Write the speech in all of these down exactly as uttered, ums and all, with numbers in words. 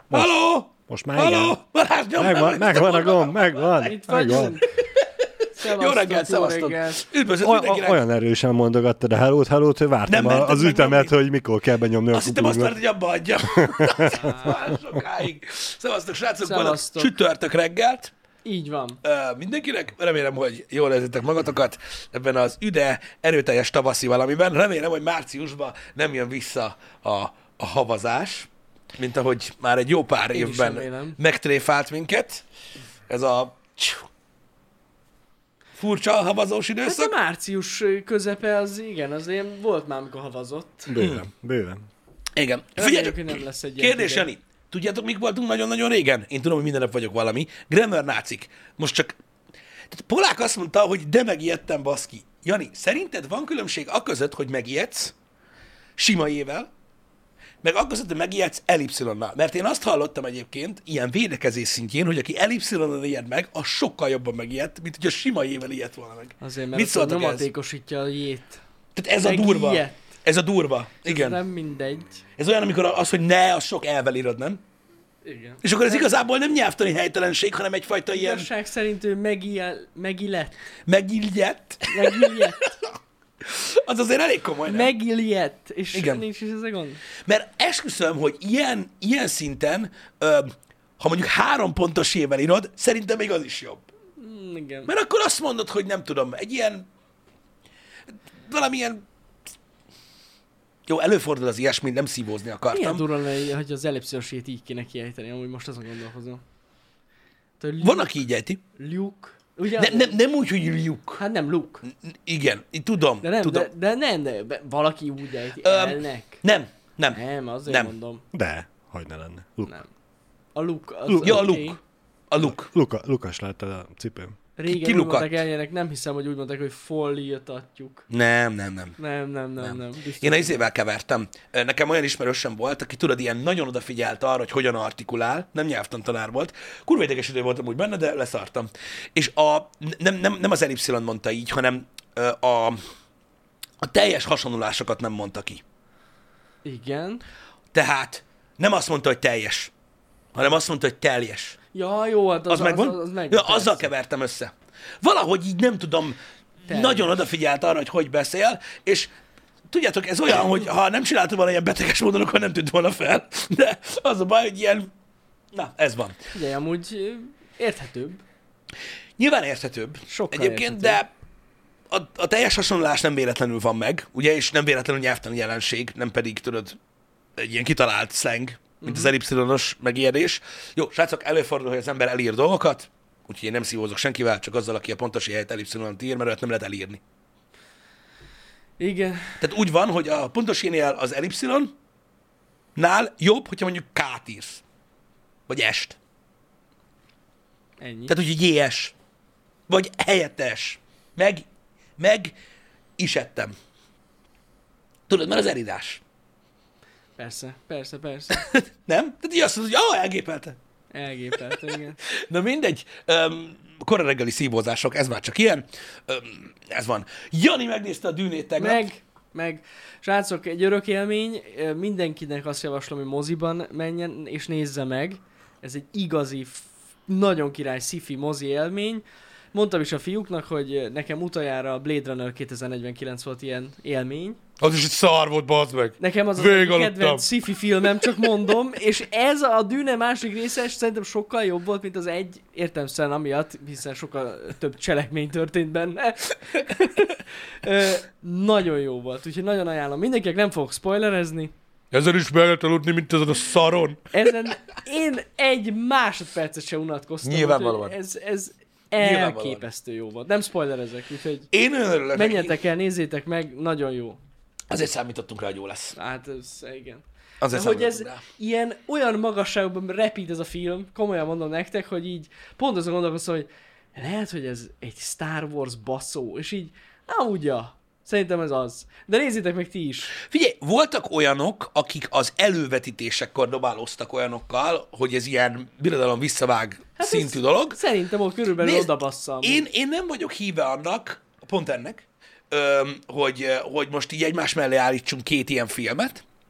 Most. Halló! Most már Halló! igen. Balázs, nyomd Megvan, meg, megvan a gomb, megvan. Itt megvan. vagyunk. Jó reggelt, szevasztok! Üdvözlök O- mindenkinek! olyan erősen mondogattad a hellót, hellót, hogy vártam Nem a, merted az meg ütemet, nyomni. hogy mikor kell benyomni a Azt hittem azt kuplungba. várd, hogy abba adjam. Sokáig. Szevasztok, srácok! Boldog Szevasztok. csütörtök reggelt. Így van. Uh, mindenkinek. Remélem, hogy jól érzitek magatokat ebben az üde, erőteljes tavaszi valamiben. Remélem, hogy márciusban nem jön vissza a, a havazás, mint ahogy már egy jó pár Én is évben remélem. megtréfált minket. Ez a furcsa havazós Hát időszak. a március közepe az igen, az ilyen volt már, amikor havazott. Bőven, bőven. Igen. Reméljük, Figyelj, hogy nem lesz egy ilyen kérdés, hideg. Jani. Tudjátok, mik voltunk nagyon-nagyon régen? Én tudom, hogy minden nap vagyok valami. Grammar nácik. Most csak... Tehát Polák azt mondta, hogy de megijedtem, baszki. Jani, szerinted van különbség aközött, hogy megijedsz sima ével, meg aközött, hogy megijedsz elipszilonnal? Mert én azt hallottam egyébként, ilyen védekezés szintjén, hogy aki elipszilonnal ijed meg, az sokkal jobban megijedt, mint hogy a sima ével ijedt volna meg. Azért, Mit mert ott szóltok ez? nyomatékosítja a jét. Tehát ez a Megijedt. durva. Ez a durva. Igen. Nem mindegy. Ez olyan, amikor az, hogy ne, az sok elvel írod, nem? Igen. És akkor ez igazából nem nyelvtani helytelenség, hanem egyfajta ilyen Igazság szerint ő megijel, megillett. megillett. Megillett. Az azért elég komoly, nem? Megillett. És Igen. nincs is ez a gond. Mert esküszöm, hogy ilyen, ilyen szinten, ö, ha mondjuk három pontos évvel írod, szerintem még az is jobb. Mm, igen. Mert akkor azt mondod, hogy nem tudom, egy ilyen, valamilyen, jó, előfordul az ilyesmi, nem szívózni Milyen akartam. durva lenne, hogy az ellipszirosét így kéne kiejteni, amúgy most azon gondolkozom. Tehát Van, aki így ejti. Luke. Ugye? Ne, nem, nem úgy, hogy Luke. Hát nem Luke. Igen, így tudom, De nem, tudom. de, de nem, de be- valaki úgy ejti Öm, elnek. Nem, nem. Nem, azért nem. mondom. De, hogy ne lenne. Luk. Nem. A Luke az Luke. Ja, a oké. Luke. A Luke. Luka, Lukas láttad a cipőm. Régen ki úgy lukadt? mondták eljenek, nem hiszem, hogy úgy mondták, hogy fordítatjuk. Nem, nem, nem. Nem, nem, nem, nem. Biztos. Én a izével kevertem. Nekem olyan ismerősöm volt, aki tudod, ilyen nagyon odafigyelt arra, hogy hogyan artikulál, nem nyelvtantanár volt. Kurva ideges idő voltam úgy benne, de leszartam. És a, nem, nem, nem az elipszilon mondta így, hanem ö, a, a teljes hasonlulásokat nem mondta ki. Igen. Tehát nem azt mondta, hogy teljes, hanem azt mondta, hogy teljes. Ja, jó, hát az, Az, az megvan? Az, az, az meg, ja, persze. azzal kevertem össze. Valahogy így nem tudom, Teljes. nagyon odafigyelt arra, hogy hogy beszél, és tudjátok, ez olyan, hogy ha nem csináltam volna ilyen beteges módon, akkor nem tűnt volna fel. De az a baj, hogy ilyen... Na, ez van. Ugye, amúgy ö, érthetőbb. Nyilván érthetőbb Sokkal egyébként, érthetőbb. de a, a teljes hasonlás nem véletlenül van meg, ugye, és nem véletlenül nyelvtani jelenség, nem pedig, tudod, egy ilyen kitalált slang, mint az elipszilonos megijedés. Jó, srácok, előfordul, hogy az ember elír dolgokat, úgyhogy én nem szívózok senkivel, csak azzal, aki a pontos helyet elipszilonot ír, mert olyat nem lehet elírni. Igen. Tehát úgy van, hogy a pontos énél az elipszilonnál jobb, hogyha mondjuk K-t írsz. Vagy est. Ennyi. Tehát úgy, hogy jé es. Vagy helyettes. Meg, meg is ettem. Tudod, mert az elírás. Persze, persze, persze. Nem? Tehát így azt mondod, hogy ah, elgépelte. Elgépelte, igen. Na mindegy, um, kora reggeli szívózások, ez már csak ilyen. Um, ez van. Jani megnézte a Dűnét tegnap. Meg, meg, srácok, egy örök élmény, mindenkinek azt javaslom, hogy moziban menjen és nézze meg. Ez egy igazi, f- nagyon király sci-fi mozi élmény. Mondtam is a fiúknak, hogy nekem utoljára a Blade Runner kétezer-negyvenkilenc volt ilyen élmény. Az is egy szar volt, bazd meg. Nekem az az Végig egyik aludtam. kedvenc sci-fi filmem, csak mondom, és ez a Dűne második része szerintem sokkal jobb volt, mint az egy, értelemszerűen amiatt, hiszen sokkal több cselekmény történt benne. Ö, nagyon jó volt, úgyhogy nagyon ajánlom. Mindenkinek nem fogok spoilerezni. Ezen is be lehet aludni, mint ezen a szaron. Ezen én egy másodpercet sem unatkoztam. Nyilvánvalóan. úgyhogy Ez, ez Nyilvánvalóan. elképesztő jó volt. Nem spoilerezek, úgyhogy Én nagyon örülök. neki. menjetek el, nézzétek meg, nagyon jó. Azért számítottunk rá, hogy jó lesz. Hát ez, igen. Azért De hogy ez számítottunk rá. ilyen olyan magasságban repít ez a film, komolyan mondom nektek, hogy így pont azon gondolkoztam, hogy lehet, hogy ez egy Star Wars baszó, és így, amúgy ja, szerintem ez az. De nézzétek meg ti is. Figyelj, voltak olyanok, akik az elővetítésekkor dobálóztak olyanokkal, hogy ez ilyen birodalom visszavág Hát szintű ez dolog. Szerintem ott körülbelül Nézd, oda bassza. Én, én nem vagyok híve annak, pont ennek, öm, hogy, hogy most így egymás mellé állítsunk két ilyen filmet,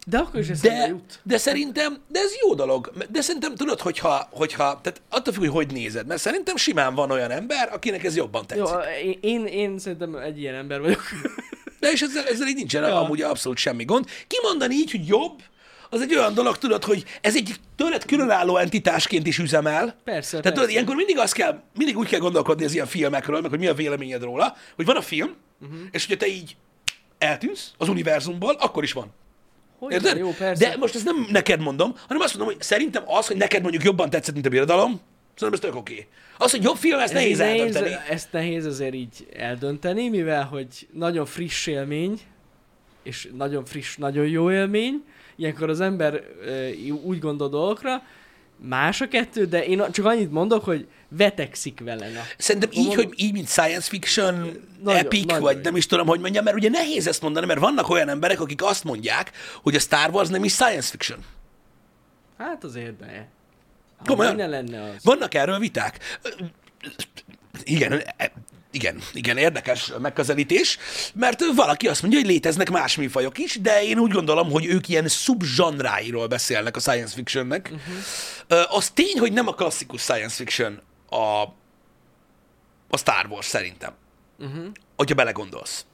De akkor is eszembe De, jut. de szerintem, de ez jó dolog. De szerintem tudod, hogyha, hogyha tehát attól függ, hogy hogy nézed, mert szerintem simán van olyan ember, akinek ez jobban tetszik. Jó, én, én, én szerintem egy ilyen ember vagyok. De és ezzel, ezzel így nincsen Ja. amúgy abszolút semmi gond. Kimondani így, hogy jobb, az egy olyan dolog, tudod, hogy ez egy tőled különálló entitásként is üzemel. Persze, Tehát persze. tudod, ilyenkor mindig azt kell, mindig úgy kell gondolkodni az ilyen filmekről, meg hogy mi a véleményed róla, hogy van a film, uh-huh. és hogyha te így eltűnsz az univerzumból, akkor is van. Hogy Érted? van, jó, persze. De most ezt nem neked mondom, hanem azt mondom, hogy szerintem az, hogy neked mondjuk jobban tetszett, mint a Birodalom, szerintem ez tök oké. Okay. Az, hogy jobb film, ezt Ez nehéz így eldönteni. Ezt nehéz azért így eldönteni, mivel hogy nagyon friss élmény, és nagyon friss, nagyon jó élmény, ilyenkor az ember ö, úgy gondol dolgokra, más a kettő, de én csak annyit mondok, hogy vetekszik vele. Na. Szerintem így, Mondom- hogy így, mint science fiction, Nagyon- epic, nagyon vagy jó. nem is tudom, hogy mondjam, mert ugye nehéz ezt mondani, mert vannak olyan emberek, akik azt mondják, hogy a Star Wars nem is science fiction. Hát azért ne. Komolyan? Ne lenne az. Vannak erről viták. Igen, e- igen, igen, érdekes megközelítés, mert valaki azt mondja, hogy léteznek más műfajok is, de én úgy gondolom, hogy ők ilyen subzsanráiról beszélnek a science fictionnek. Uh-huh. Az tény, hogy nem a klasszikus science fiction a, a Star Wars szerintem, Uh-huh. hogyha belegondolsz.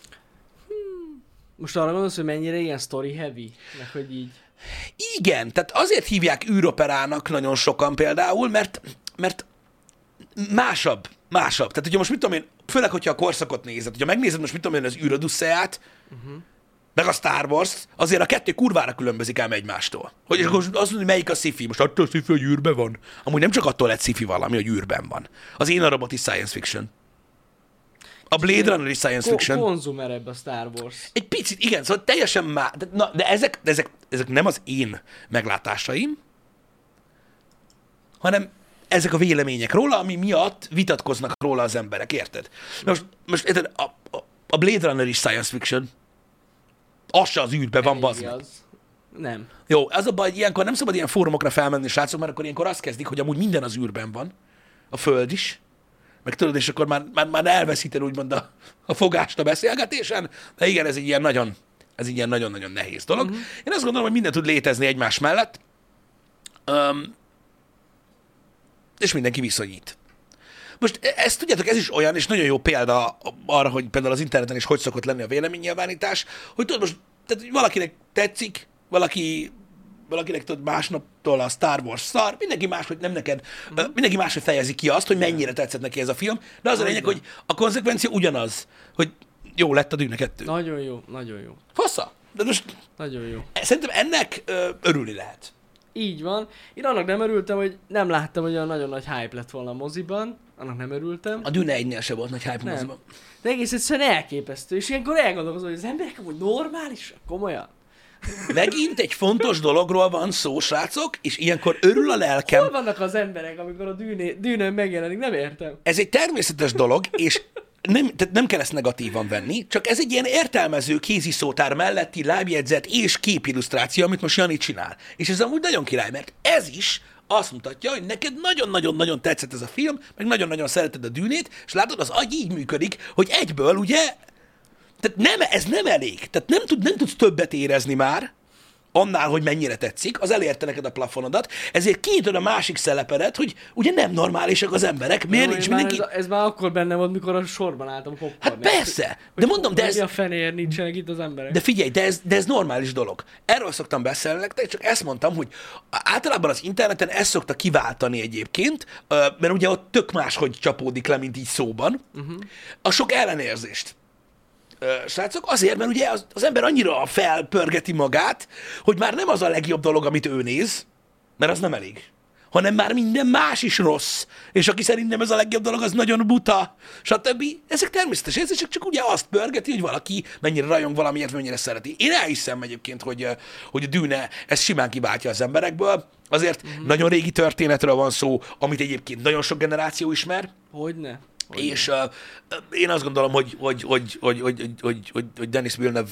Most arra gondolsz, hogy mennyire ilyen story heavy, meg hogy így... Igen, tehát azért hívják űroperának nagyon sokan például, mert, mert másabb, másabb. Tehát, hogyha most mit tudom én, főleg, hogyha a korszakot nézed, hogyha megnézed most mit tudom én az űrodüsszeát, uh-huh. meg a Star Wars, azért a kettő kurvára különbözik ám egymástól. Hogy és akkor azt mondod, hogy melyik a sci-fi? Most attól sci-fi, hogy űrben van. Amúgy nem csak attól lett sci-fi valami, hogy űrben van. Az Én a robot is science fiction. A Blade Runner is science Ko- fiction. konzumerebb a Star Wars. Egy picit, igen, szóval teljesen má... De, na, de ezek, de ezek, ezek nem az én meglátásaim, hanem ezek a vélemények róla, ami miatt vitatkoznak róla az emberek, érted? Most, most érted, a, a, a Blade Runner is science fiction. Az se az űrben van, bazd meg. Az. Nem. Jó, az a baj, hogy ilyenkor nem szabad ilyen fórumokra felmenni, srácok, mert akkor ilyenkor azt kezdik, hogy amúgy minden az űrben van. A Föld is. Meg tudod, és akkor már, már, már elveszíted úgymond a, a fogást a beszélgetésen. De igen, ez egy ilyen nagyon, ez egy ilyen nagyon-nagyon nehéz dolog. Mm-hmm. Én azt gondolom, hogy minden tud létezni egymás mellett, um, és mindenki viszonyít. Most e- ezt tudjátok, ez is olyan, és nagyon jó példa arra, hogy például az interneten is hogy szokott lenni a véleménynyilvánítás, hogy tudod, most tehát, hogy valakinek tetszik, valaki valakinek tudod másnaptól a Star Wars szar, mindenki más, hogy nem neked, mm. uh, mindenki máshogy fejezi ki azt, hogy mennyire tetszett neki ez a film, de az a lényeg, hogy a konzekvencia ugyanaz, hogy jó lett a Dűne kettő. Nagyon jó, nagyon jó. Hossza. De most Nagyon jó. szerintem ennek ö, örülni lehet. Így van. Én annak nem örültem, hogy nem láttam, hogy olyan nagyon nagy hype lett volna a moziban. Annak nem örültem. A Dűne egynél se volt nagy hype Nem. moziban. De egész egyszerűen elképesztő. És ilyenkor elgondolkozom, hogy az emberek amúgy normálisak, komolyan. Megint egy fontos dologról van szó, srácok, és ilyenkor örül a lelkem. Hol vannak az emberek, amikor a dűné, dűnőn megjelenik? Nem értem. Ez egy természetes dolog, és nem, tehát nem kell ezt negatívan venni, csak ez egy ilyen értelmező kéziszótár melletti lábjegyzet és képillusztráció, amit most Jani csinál. És ez amúgy nagyon király, mert ez is azt mutatja, hogy neked nagyon-nagyon-nagyon tetszett ez a film, meg nagyon-nagyon szereted a Dűnét, és látod, az agy így működik, hogy egyből ugye, tehát nem, ez nem elég, tehát nem, tud, nem tudsz többet érezni már, annál, hogy mennyire tetszik, az elérte neked a plafonodat, ezért kinyitod a másik szelepedet, hogy ugye nem normálisak az emberek, miért Jó, nincs én már mindenki... ez, ez már akkor benne volt, mikor a sorban álltam popcorn. Hát persze, de mondom, de ez... Mi a fenéért nincsenek itt az emberek? De figyelj, de ez, de ez normális dolog. Erről szoktam beszélni nektek, csak ezt mondtam, hogy általában az interneten ezt szokta kiváltani egyébként, mert ugye ott tök máshogy csapódik le, mint így szóban, uh-huh. a sok ellenérzést. Srácok, azért, mert ugye az, az ember annyira felpörgeti magát, hogy már nem az a legjobb dolog, amit ő néz, mert az nem elég, hanem már minden más is rossz, és aki szerintem ez a legjobb dolog, az nagyon buta, stb. Ezek természetes érzések, csak ugye azt pörgeti, hogy valaki mennyire rajong valamiért, mennyire szereti. Én elhiszem egyébként, hogy, hogy a Dűne ezt simán kiváltja az emberekből, azért mm-hmm. nagyon régi történetről van szó, amit egyébként nagyon sok generáció ismer. Hogyne? Hogyne. És uh, én azt gondolom, hogy, hogy, hogy, hogy, hogy, hogy, hogy, hogy Denis Villeneuve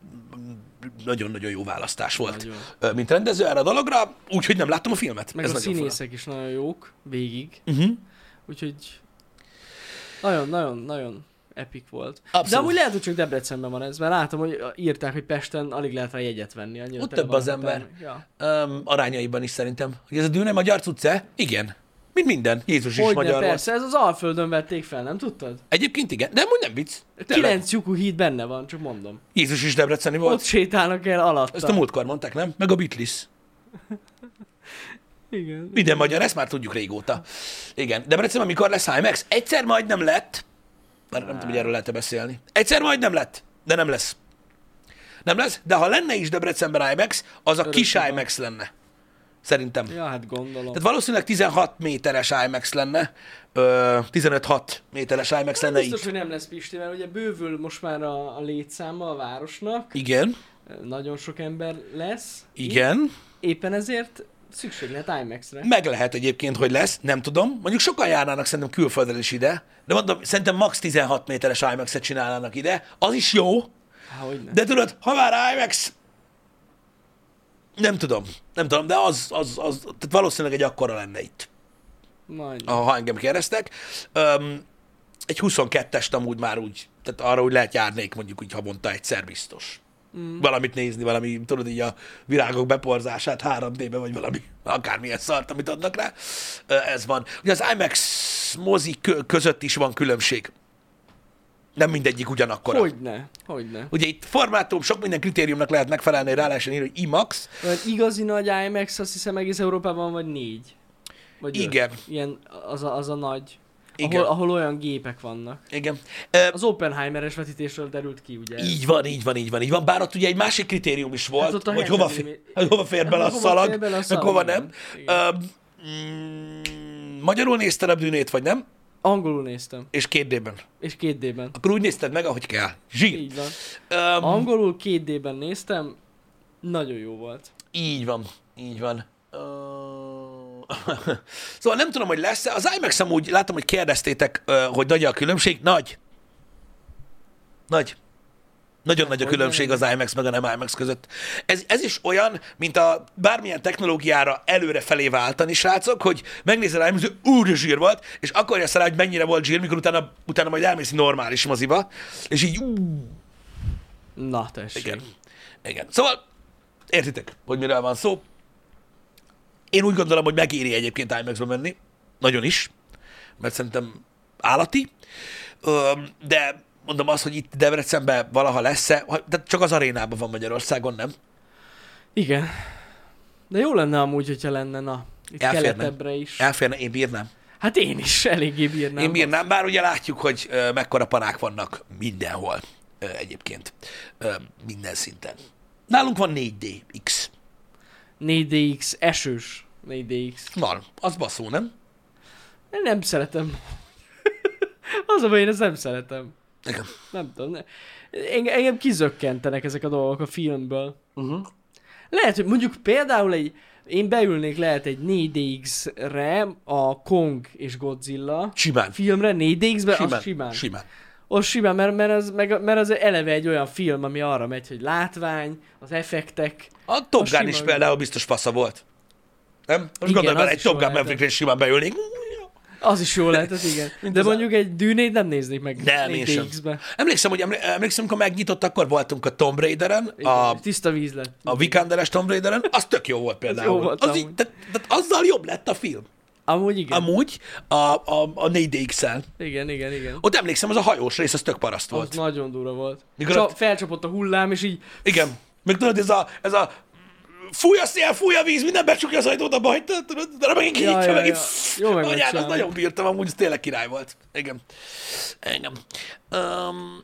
nagyon-nagyon jó választás volt, nagyon. mint rendező erre a dologra, úgyhogy nem láttam a filmet. Meg ez a színészek fura. Is nagyon jók, végig. Uh-huh. Úgyhogy nagyon-nagyon-nagyon epic volt. Abszolút. De amúgy lehet, hogy csak Debrecenben van ez, mert látom, hogy írták, hogy Pesten alig lehet rá jegyet venni. Annyira Ott tele több van az a ember. termék. Ja. Um, arányaiban is szerintem. Hogy ez a Dűne magyar cucce? Igen. Mint minden. Jézus is Hogyne, magyar volt. persze, ez az Alföldön vették fel, nem tudtad? Egyébként igen, de amúgy nem vicc. Tényleg. Kilenc lyukú híd benne van, csak mondom. Jézus is debreceni volt. Ott sétálnak el alatta. Ezt a múltkor mondták, nem? Meg a Beatles. Igen. Minden magyar, ezt már tudjuk régóta. Igen. Debrecenben mikor lesz IMAX? Egyszer majd nem lett. Már nem tudom, hogy erről lehet-e beszélni. Egyszer majd nem lett, de nem lesz. Nem lesz, de ha lenne is Debrecenben IMAX, az a Örökké kis van. IMAX lenne. Szerintem. Ja, hát gondolom. Tehát valószínűleg tizenhat méteres IMAX lenne, ö, tizenöt hat méteres IMAX lenne Biztos, így. hogy nem lesz Pisti, mert ugye bővül most már a, a létszáma a városnak. Igen, Nagyon sok ember lesz. igen. Éppen ezért szükség lehet IMAX-re. Meg lehet egyébként, hogy lesz, nem tudom. Mondjuk sokan járnának szerintem külföldről is ide, de mondom, szerintem max. tizenhat méteres IMAX-et csinálnának ide. Az is jó, Há, hogyne. de tudod, ha már IMAX, nem tudom, nem tudom, de az, az, az tehát valószínűleg egy akkora lenne itt, Majd. ha engem kérdeztek. Öm, egy huszonkettest amúgy már úgy, tehát arra úgy lehet járnék mondjuk úgy havonta egyszer biztos. Mm. Valamit nézni, valami, tudod így a virágok beporzását három dé-be, vagy valami, akármilyen szart, amit adnak rá. Ö, Ez van. Ugye az IMAX mozi kö- között is van különbség. Nem mindegyik ugyanakkora. Hogyne, hogyne. Ugye itt formátum, sok minden kritériumnak lehet megfelelni, rá lehessen írni, hogy IMAX. Olyan igazi nagy IMAX, azt hiszem egész Európában vagy négy. Vagy Igen. öt. Ilyen, az a, az a nagy. Igen. Ahol, ahol olyan gépek vannak. Igen. Ö, Az Oppenheimer-es vetítésről derült ki, ugye? ez? Így van, így van, így van, így van. Bár ott ugye egy másik kritérium is volt, Hát ott a hogy hova, hetven fér, hogy hova fér bele a Hova szalag, fér bele a meg szalag, hova igen. nem. Igen. Ö, mm, magyarul nézted a Dűnét, vagy nem? Angolul néztem. És két dé-ben. És két dé-ben. Akkor úgy nézted meg, ahogy kell. Zsír. Így van. Um, Angolul két dé-ben néztem. Nagyon jó volt. így van, így van. Uh, szóval nem tudom, hogy lesz-e. Az IMAX amúgy, látom, hogy kérdeztétek, uh, hogy nagy a különbség. Nagy. Nagy. Nagyon nagy a hogy különbség nem? az IMAX meg a nem IMAX között. Ez, ez is olyan, mint a bármilyen technológiára előre felé váltani, srácok, hogy megnézed a IMAX, hogy úr, de zsír volt, és akkor jössz rá, hogy mennyire volt zsír, mikor utána, utána majd elmész egy normális moziba, és így ú, Na, tessék. igen. Igen. Szóval értitek, hogy miről van szó. Én úgy gondolom, hogy megéri egyébként IMAX-be menni. Nagyon is. Mert szerintem állati. Öm, De mondom azt, hogy itt Debrecenben valaha lesz-e, ha- de csak az arénában van Magyarországon, nem? Igen. De jó lenne amúgy, hogyha lenne, na. Itt Elférne. keletebbre is. Elférne, én bírnám. Hát én is eléggé bírnám. Én bírnám, bár ugye látjuk, hogy ö, mekkora panák vannak mindenhol ö, egyébként. Ö, Minden szinten. Nálunk van négy dé X. négy dé iksz, esős négy dé iksz. Van. Az baszó, nem? Én nem szeretem. Az a baj, én ezt nem szeretem. Igen. Nem tudom. Ne. Enge- Engem kizökkentenek ezek a dolgok a filmből. Uh-huh. Lehet, hogy mondjuk például egy, én beülnék lehet egy négy dé iksz-re a Kong és Godzilla Simán. filmre, négy dé iksz-be, Simán. az simán. Simán. Az simán, mert, mert, az, meg, mert az eleve egy olyan film, ami arra megy, hogy látvány, az effektek. A Top A Gun sima is jó. például biztos fasza volt. Nem? Most Igen, gondolj bele, az egy is Top jó Gun lehetett. Maverickre is simán beülnék. Az is jó lehetett, igen. Mint De az a- mondjuk egy Dűnét nem néznék meg Nem, én négy sem. dé iksz-be. Emlékszem, hogy emlé- emlékszem, amikor megnyitott, akkor voltunk a Tomb Raideren, Igen, a, tiszta víz lett. a Vikanderes Tomb Raideren, az tök jó volt például. jó volt az amúgy. így, tehát, tehát azzal jobb lett a film. Amúgy igen. Amúgy a, a, a négy dé iksz-el. Igen, igen, igen. Ott emlékszem, az a hajós rész, az tök paraszt Az volt. nagyon durva volt. Mikor Csak ott- felcsapott a hullám, és így Igen. Meg tudod, ez a, ez a fúj a szél, fúj a víz, minden becsukja az ajtót, abba hagyta, tudod, de megint Ja, kinyitja, ja, megint... ja. Jó meg Anyád, azt megcsinálni. nagyon bírtam, amúgy ez tényleg király volt. Igen. Engem. Um,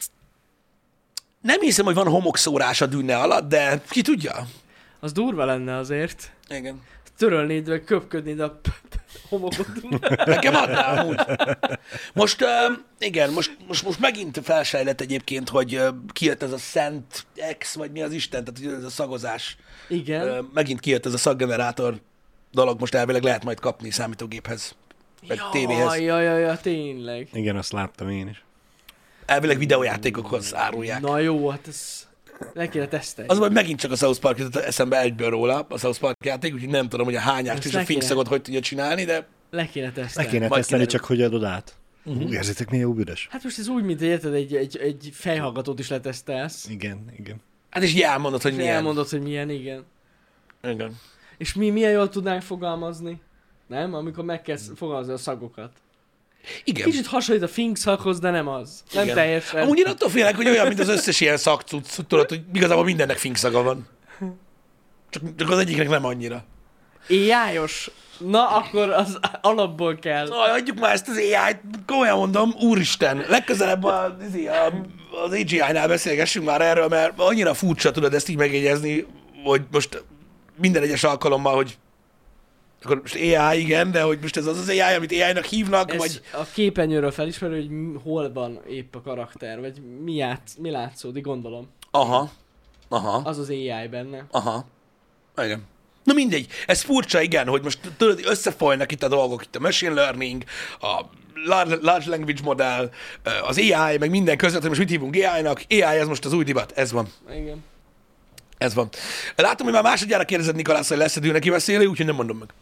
nem hiszem, hogy van homokszórás a Dűne alatt, de ki tudja? az durva lenne azért. Igen. Törölnéd, vagy köpködnéd a homokot. Nekem adná amúgy. Most, uh, igen, most, most, most megint felsejlett egyébként, hogy uh, kijött ez a Szent X, vagy mi az Isten, tehát hogy ez a szagozás. Igen. Uh, megint kijött ez a szaggenerátor dolog, most elvileg lehet majd kapni számítógéphez, meg tévéhez. Jaj, jaj, jaj, jaj, tényleg. Igen, azt láttam én is. Elvileg videójátékokhoz árulják. Na jó, hát ez le kéne tesztelni. Az, hogy megint csak a South Park jutott eszembe egyből róla, a South Park játék, úgyhogy nem tudom, hogy a hányást Ezt és a le kéne. finkszagot hogy tudja csinálni, de Le kéne Le tesztelni. kéne Majd tesztelni, kiderül. csak hogy adod át. Uh, érzitek, milyen jó büdös? Hát most ez úgy, mint érted, egy, egy, egy fejhallgatót is letesztelsz. Igen, igen. Hát és így elmondod, hogy És milyen. elmondod, hogy milyen, igen. Igen. És mi milyen jól tudnánk fogalmazni? Nem? Amikor megkezd fogalmazni a szagokat. Igen. Kicsit hasonlít a fink szakhoz, de nem az. Nem Igen. teljesen. Amúgy én attól félek, hogy olyan, mint az összes ilyen szakcuc, tudod, hogy igazából mindennek finkszaga van. Csak, csak az egyiknek nem annyira. éjjájos. Na, akkor az alapból kell. Aj, adjuk már ezt az á í-t, komolyan mondom, úristen, legközelebb a, a, az á gé í-nál beszélgessünk már erről, mert annyira furcsa, tudod ezt így megjegyezni, hogy most minden egyes alkalommal, hogy akkor most á í, igen, de hogy most ez az az á í, amit á í-nak hívnak, Ez vagy... a képernyőről felismerő, hogy m- hol van épp a karakter, vagy mi, játsz, mi látszódik, gondolom. Aha, aha, Az az á í benne. aha, igen. Na mindegy, ez furcsa, igen, hogy most tudod, összefolynak itt a dolgok, itt a machine learning, a large, large language model, az á í, meg minden között, hogy most mit hívunk á í-nak, á í ez most az új divat, ez van. Igen. Ez van. Látom, hogy már másodjára kérdezed Nikolász, hogy lesz-e Dűne kibeszélő, úgyhogy nem mondom meg.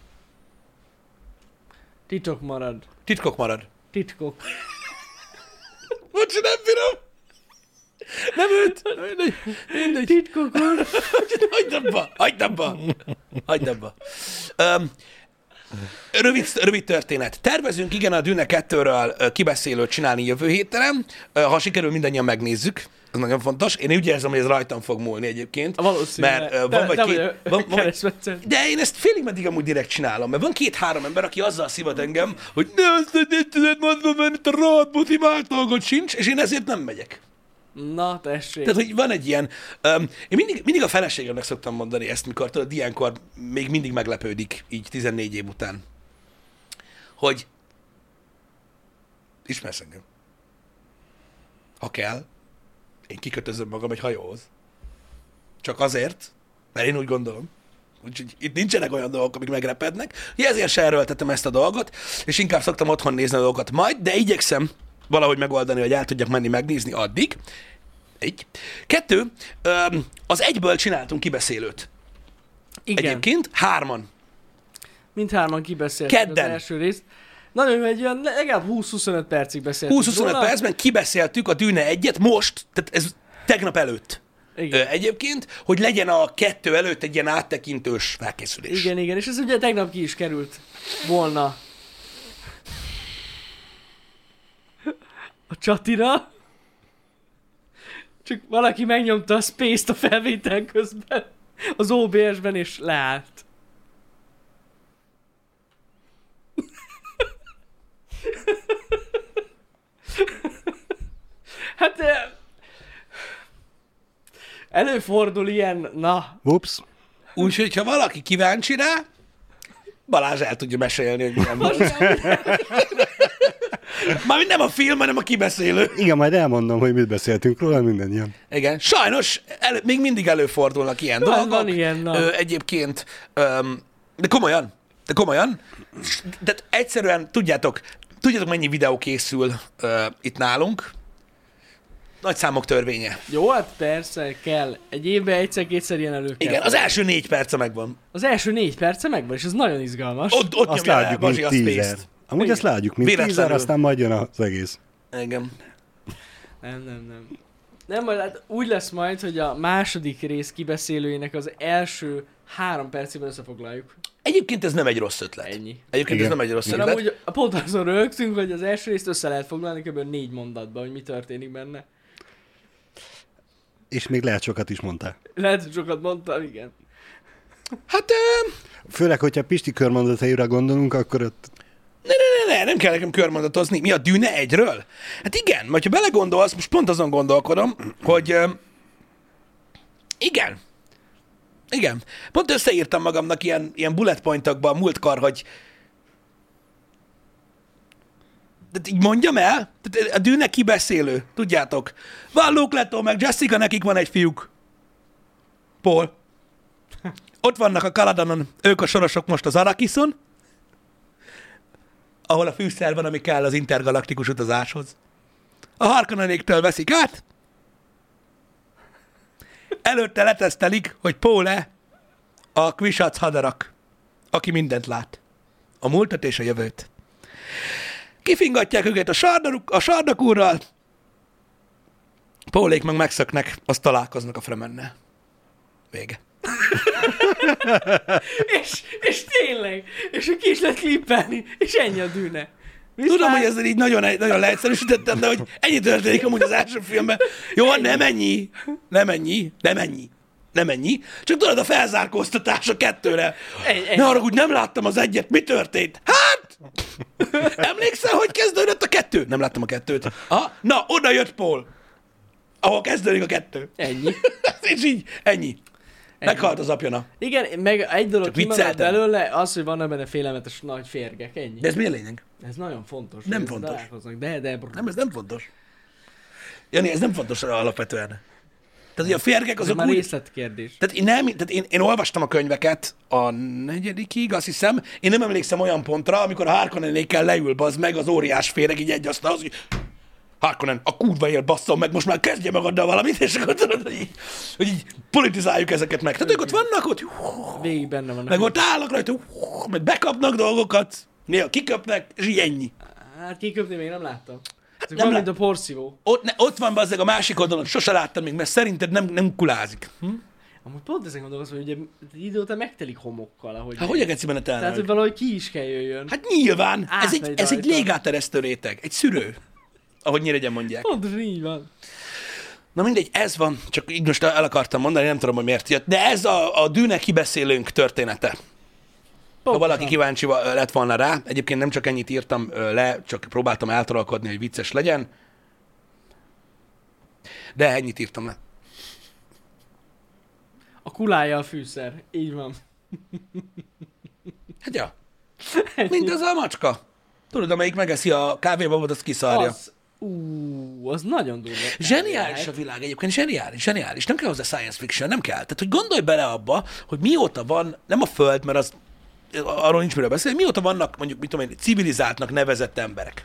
Titok marad. Titkok marad. Titkok. Bocs, nem bírom. Nem őt. Mindegy. Mindegy. Titkok marad. Hagyd abba. Hagyd abba. Hagyd abba. Um, rövid, rövid történet. Tervezünk igen a Dűne kettőről kibeszélőt csinálni jövő héten. Ha sikerül, mindannyian megnézzük. Ez nagyon fontos. Én úgy érzem, hogy ez rajtam fog múlni egyébként. Valószínűleg. Mert uh, Te- van vagy te két... vagy a Van, van, keresztmetszet. de én ezt félig meddig amúgy direkt csinálom, mert van két-három ember, aki azzal szivat engem, hogy ne azt, hogy ne tudod mondani, mert itt a rohadt buti dolgot sincs, és én ezért nem megyek. Na, tessék. Tehát, hogy van egy ilyen... Um, én mindig, mindig a feleségemnek szoktam mondani ezt, mikor tudod, ilyenkor még mindig meglepődik, így tizennégy év után, hogy ismersz engem. Ha kell, én kikötözöm magam egy hajóhoz. Csak azért, mert én úgy gondolom. Úgyhogy itt nincsenek olyan dolgok, amik megrepednek. Ezért se erőltetem ezt a dolgot, és inkább szoktam otthon nézni a dolgokat majd, de igyekszem valahogy megoldani, hogy el tudjak menni megnézni addig. Egy. Kettő, az egyből csináltunk kibeszélőt. Igen. Egyébként hárman. Mindhárman kibeszéltük Kedden. az első részt. Nagyon jó, egy olyan legalább húsz-huszonöt percig beszéltünk húsz-huszonöt róla. percben kibeszéltük a Dűne egyet most, tehát ez tegnap előtt. Igen. Ö, egyébként, hogy legyen a kettő előtt egy ilyen áttekintős felkészülés. Igen, igen, és ez ugye tegnap ki is került volna a csatira. Csak valaki megnyomta a space-t a felvétel közben az ó bé es-ben, és leállt. Hát eh, előfordul ilyen, na, Ups. Úgyhogy, ha valaki kíváncsi rá, Balázs el tudja mesélni, hogy milyen volt. Mármint nem a film, hanem a kibeszélő. Igen, majd elmondom, hogy mit beszéltünk róla, mindannyian. Igen, sajnos elő, még mindig előfordulnak ilyen Van- dolgok. van ilyen, na. Ö, egyébként, öm, de komolyan, de komolyan, de egyszerűen tudjátok, tudjátok mennyi videó készül ö, itt nálunk? Nagy számok törvénye. jó, hát persze, kell. Egy évben egyszer-kétszer ilyen elő kell. Igen, az első négy perce megvan. Az első négy perce megvan, és ez nagyon izgalmas. Ott, ott Azt nyomja le, látjuk, Bazsi, mint a tízer. Space-t. Amúgy Igen. azt látjuk, mint tízer, Véletlenül. aztán majd jön az egész. Igen. Nem, nem, nem. Nem, majd hát úgy lesz majd, hogy a második rész kibeszélőjének az első három percében összefoglaljuk. Egyébként ez nem egy rossz ötlet. Ennyi. Egyébként Igen. ez nem egy rossz Szóval ötlet. amúgy pont azon rögtünk, hogy az első részt össze lehet foglalni kb. négy mondatban, hogy mi történik benne. És még lehet sokat is mondtál. Lehet, hogy sokat mondtam, igen. Hát, ö, Főleg, hogyha Pisti körmondataira gondolunk, akkor ott ne, ne, ne, ne, nem kell nekem körmondatozni. Mi a Dűne egyről? Hát igen, majd ha belegondolsz, most pont azon gondolkodom, hogy ö, igen. Igen. Pont összeírtam magamnak ilyen, ilyen bullet pointokban múltkor, hogy de így mondjam el, tehát a Dűne kibeszélő, tudjátok. Van Luke Leto, meg Jessica, nekik van egy fiúk. Paul. Ott vannak a Kaladanon, ők a sorosok most az Arakiszon, ahol a fűszer van, ami kell az intergalaktikus utazáshoz. A Harkonnenéktől veszik át, előtte letesztelik, hogy Paul-e a Kvisatz hadarak, aki mindent lát. A múltat és a jövőt. kifingatják őket a, sardaruk, a sardakúrral, Pólék meg megszöknek, azt találkoznak a Fremennel. Vége. és, és tényleg, és ki is lehet klippelni, és ennyi a dűne. Viszlát... Tudom, hogy ezzel így nagyon, nagyon leegyszerűsítettem, de hogy ennyi történik amúgy az első filmben. Jó, ennyi. nem ennyi, nem ennyi, nem ennyi, nem ennyi. Csak tudod, a felzárkóztatás a kettőre. Ennyi, ennyi. Ne arra, hogy nem láttam az egyet, mi történt? Hát! Emlékszel, hogy kezdődött a kettő? Nem láttam a kettőt. Aha, na, oda jött Paul, ahol kezdődik a kettő. Ennyi. És így, ennyi. Ennyi. Meghalt az apja, na. Igen, meg egy dolog kimaradt belőle, az, hogy vannak benne félelmetes nagy férgek, ennyi. De ez mi a lényeg? Ez nagyon fontos. Nem fontos. De, de... Nem, ez nem fontos. Jani, ez nem fontos alapvetően. Tehát, hogy a férgek azok ez már úgy... részletkérdés. Tehát, én, nem, tehát én, én olvastam a könyveket a negyedikig, azt hiszem. Én nem emlékszem olyan pontra, amikor a Harkonnenékkel leül bazd meg az óriás féreg így egy asztalhoz, hogy Harkonnen, a kurva él, basszom meg, most már kezdje magaddal valamit, és akkor tudod, hogy így, hogy így politizáljuk ezeket meg. Tehát ők ott vannak, ott, végig benne vannak. Meg ott állnak rajta, meg bekapnak dolgokat, néha kiköpnek, és így ennyi. Hát kiköpni még nem láttam. Hát nem van, lát... mint a porszívó. Ott, ne, ott van bazzeg a másik oldalon, sose láttam még, mert szerinted nem, nem kulázik. Hm? Amúgy pont ezen gondolkozom, hogy ugye idő után megtelik homokkal, ahogy... Hát hogy egeci benne telnek? Tehát, hogy valahogy ki is kell jöjjön. Hát nyilván, ez egy, Átmegy ez egy rajta. légáteresztő réteg, egy szűrő, ahogy Nyíregyben mondják. Pontosan így van. Na mindegy, ez van, csak így most el akartam mondani, nem tudom, hogy miért jött, de ez a, a Dűne kibeszélőnk története. Ha valaki kíváncsi lett volna rá, egyébként nem csak ennyit írtam le, csak próbáltam eltaralkodni, hogy vicces legyen, de ennyit írtam le. A kulája a fűszer, így van. Hát ja, mint az a macska. Tudod, amelyik megeszi a kávébabot, azt kiszarja. Az, ú, az nagyon durva. Zseniális a világ egyébként, zseniális, zseniális. Nem kell hozzá science fiction, nem kell. Tehát, hogy gondolj bele abba, hogy mióta van, nem a Föld, mert az, arról nincs miről beszélni, mióta vannak, mondjuk, mit tudom én, civilizáltnak nevezett emberek.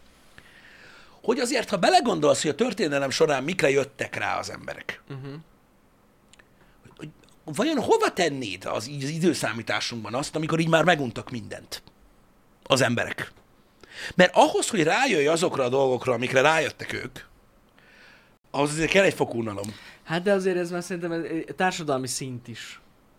Hogy azért, ha belegondolsz, hogy a történelem során mikre jöttek rá az emberek, uh-huh. hogy, hogy vajon hova tennéd az, így az időszámításunkban azt, amikor így már meguntak mindent az emberek? Mert ahhoz, hogy rájöjj azokra a dolgokra, amikre rájöttek ők, ahhoz azért kell egy fok unalom. Hát de azért ez már szerintem egy társadalmi szint is,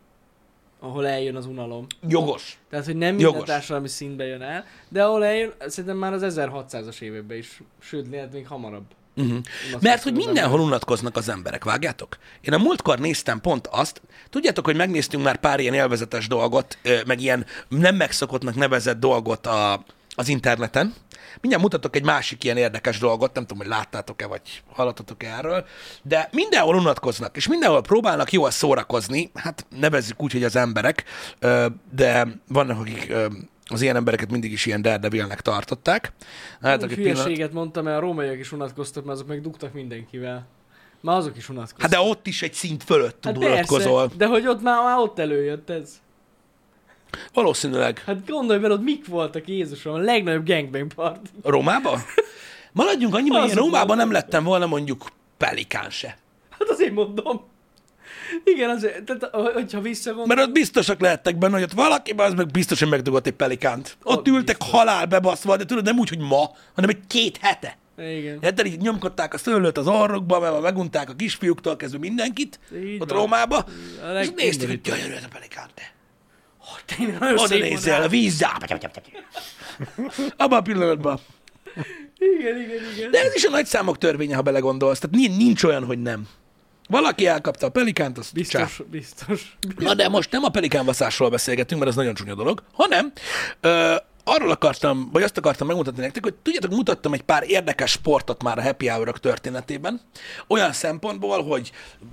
ahol eljön az unalom. Jogos. Tehát, hogy nem minden Jogos. társadalmi szintbe jön el, de ahol eljön, szerintem már az ezerhatszázas években is, sőt, lehet még hamarabb. Uh-huh. Mert hogy mindenhol unatkoznak az emberek, vágjátok? Én a múltkor néztem pont azt, tudjátok, hogy megnéztünk már pár ilyen élvezetes dolgot, meg ilyen nem megszokottnak nevezett dolgot a, az interneten. Mindjárt mutatok egy másik ilyen érdekes dolgot, nem tudom, hogy láttátok-e, vagy hallottatok-e erről, de mindenhol unatkoznak, és mindenhol próbálnak jól szórakozni, hát nevezzük úgy, hogy az emberek, de vannak, akik az ilyen embereket mindig is ilyen daredevilnek tartották. Hát, Úgy hülyeséget pillanat... mondtam, mert a rómaiak is unatkoztak, mert azok meg dugtak mindenkivel. Már azok is unatkoztak. Hát de ott is egy szint fölött hát unatkozol. De hogy ott már, már ott előjött ez. Valószínűleg. Hát gondolj bele, ott mik voltak Jézusom, a legnagyobb gangbang party. Rómában? Maradjunk annyiban, hogy én Rómában nem lettem volna mondjuk pelikán se. Hát azért mondom. Igen, azért, tehát, hogyha visszagondolom... Mert ott biztosak lehettek benne, hogy ott valaki, az meg biztosan megdugott egy pelikánt. Ott, ott ültek biztos. Halál bebaszva, de tudod, nem úgy, hogy ma, hanem egy két hete. Igen. Hát így nyomkodták a szőlőt az orrokba, mert megunták a kisfiúktól kezdve mindenkit, így ott van. Rómába, a és nézték, hogy gyönyörű ez a pelikán, te. Oh, tényleg nagyon oda nézzél, a vízzá. Abban a pillanatban. Igen, igen, igen. De ez is a nagy számok törvénye, ha belegondolsz. Tehát nincs olyan, hogy nem. Valaki elkapta a pelikánt, azt biztos, csá. biztos, biztos. Na de most nem a pelikánvaszásról beszélgetünk, mert ez nagyon csúnya dolog, hanem ö, arról akartam, vagy azt akartam megmutatni nektek, hogy tudjátok, mutattam egy pár érdekes sportot már a happy hour-ok történetében. Olyan szempontból, hogy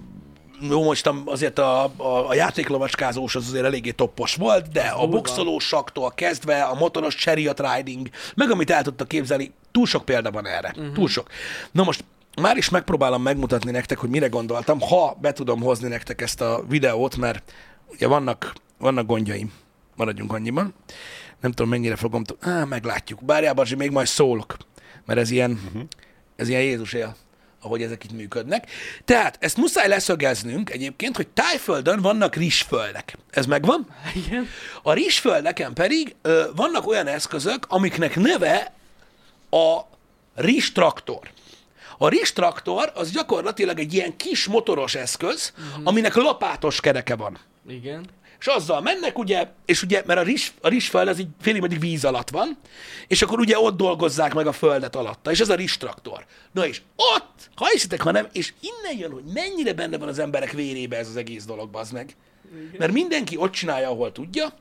jó, most azért a, a, a játéklovacskázós az azért eléggé toppos volt, de a boxolósaktól kezdve a motoros chariot riding, meg amit el tudtak képzelni, túl sok példa van erre. Uh-huh. Túl sok. Na most már is megpróbálom megmutatni nektek, hogy mire gondoltam, ha be tudom hozni nektek ezt a videót, mert ugye vannak, vannak gondjaim. Maradjunk annyiban. Nem tudom, mennyire fogom... T- Á, meglátjuk. Bárjál, Bazsi, még majd szólok. Mert ez ilyen, uh-huh. ez ilyen Jézus él, ahogy ezek itt működnek. Tehát ezt muszáj leszögeznünk egyébként, hogy Tájföldön vannak rizsföldek. Ez megvan? Igen. A rizsföldeken pedig ö, vannak olyan eszközök, amiknek neve a rizs traktor. A rizs traktor az gyakorlatilag egy ilyen kis motoros eszköz, uh-huh. aminek lapátos kereke van. Igen. És azzal mennek, ugye, és ugye, mert a, rizs, a rizsföld az így félig meddig víz alatt van, és akkor ugye ott dolgozzák meg a földet alatta, és ez a rizs traktor. Na és ott, ha hiszitek, ha nem, és innen jön, hogy mennyire benne van az emberek vérébe ez az egész dolog, bazd meg. Igen. Mert mindenki ott csinálja, ahol tudja,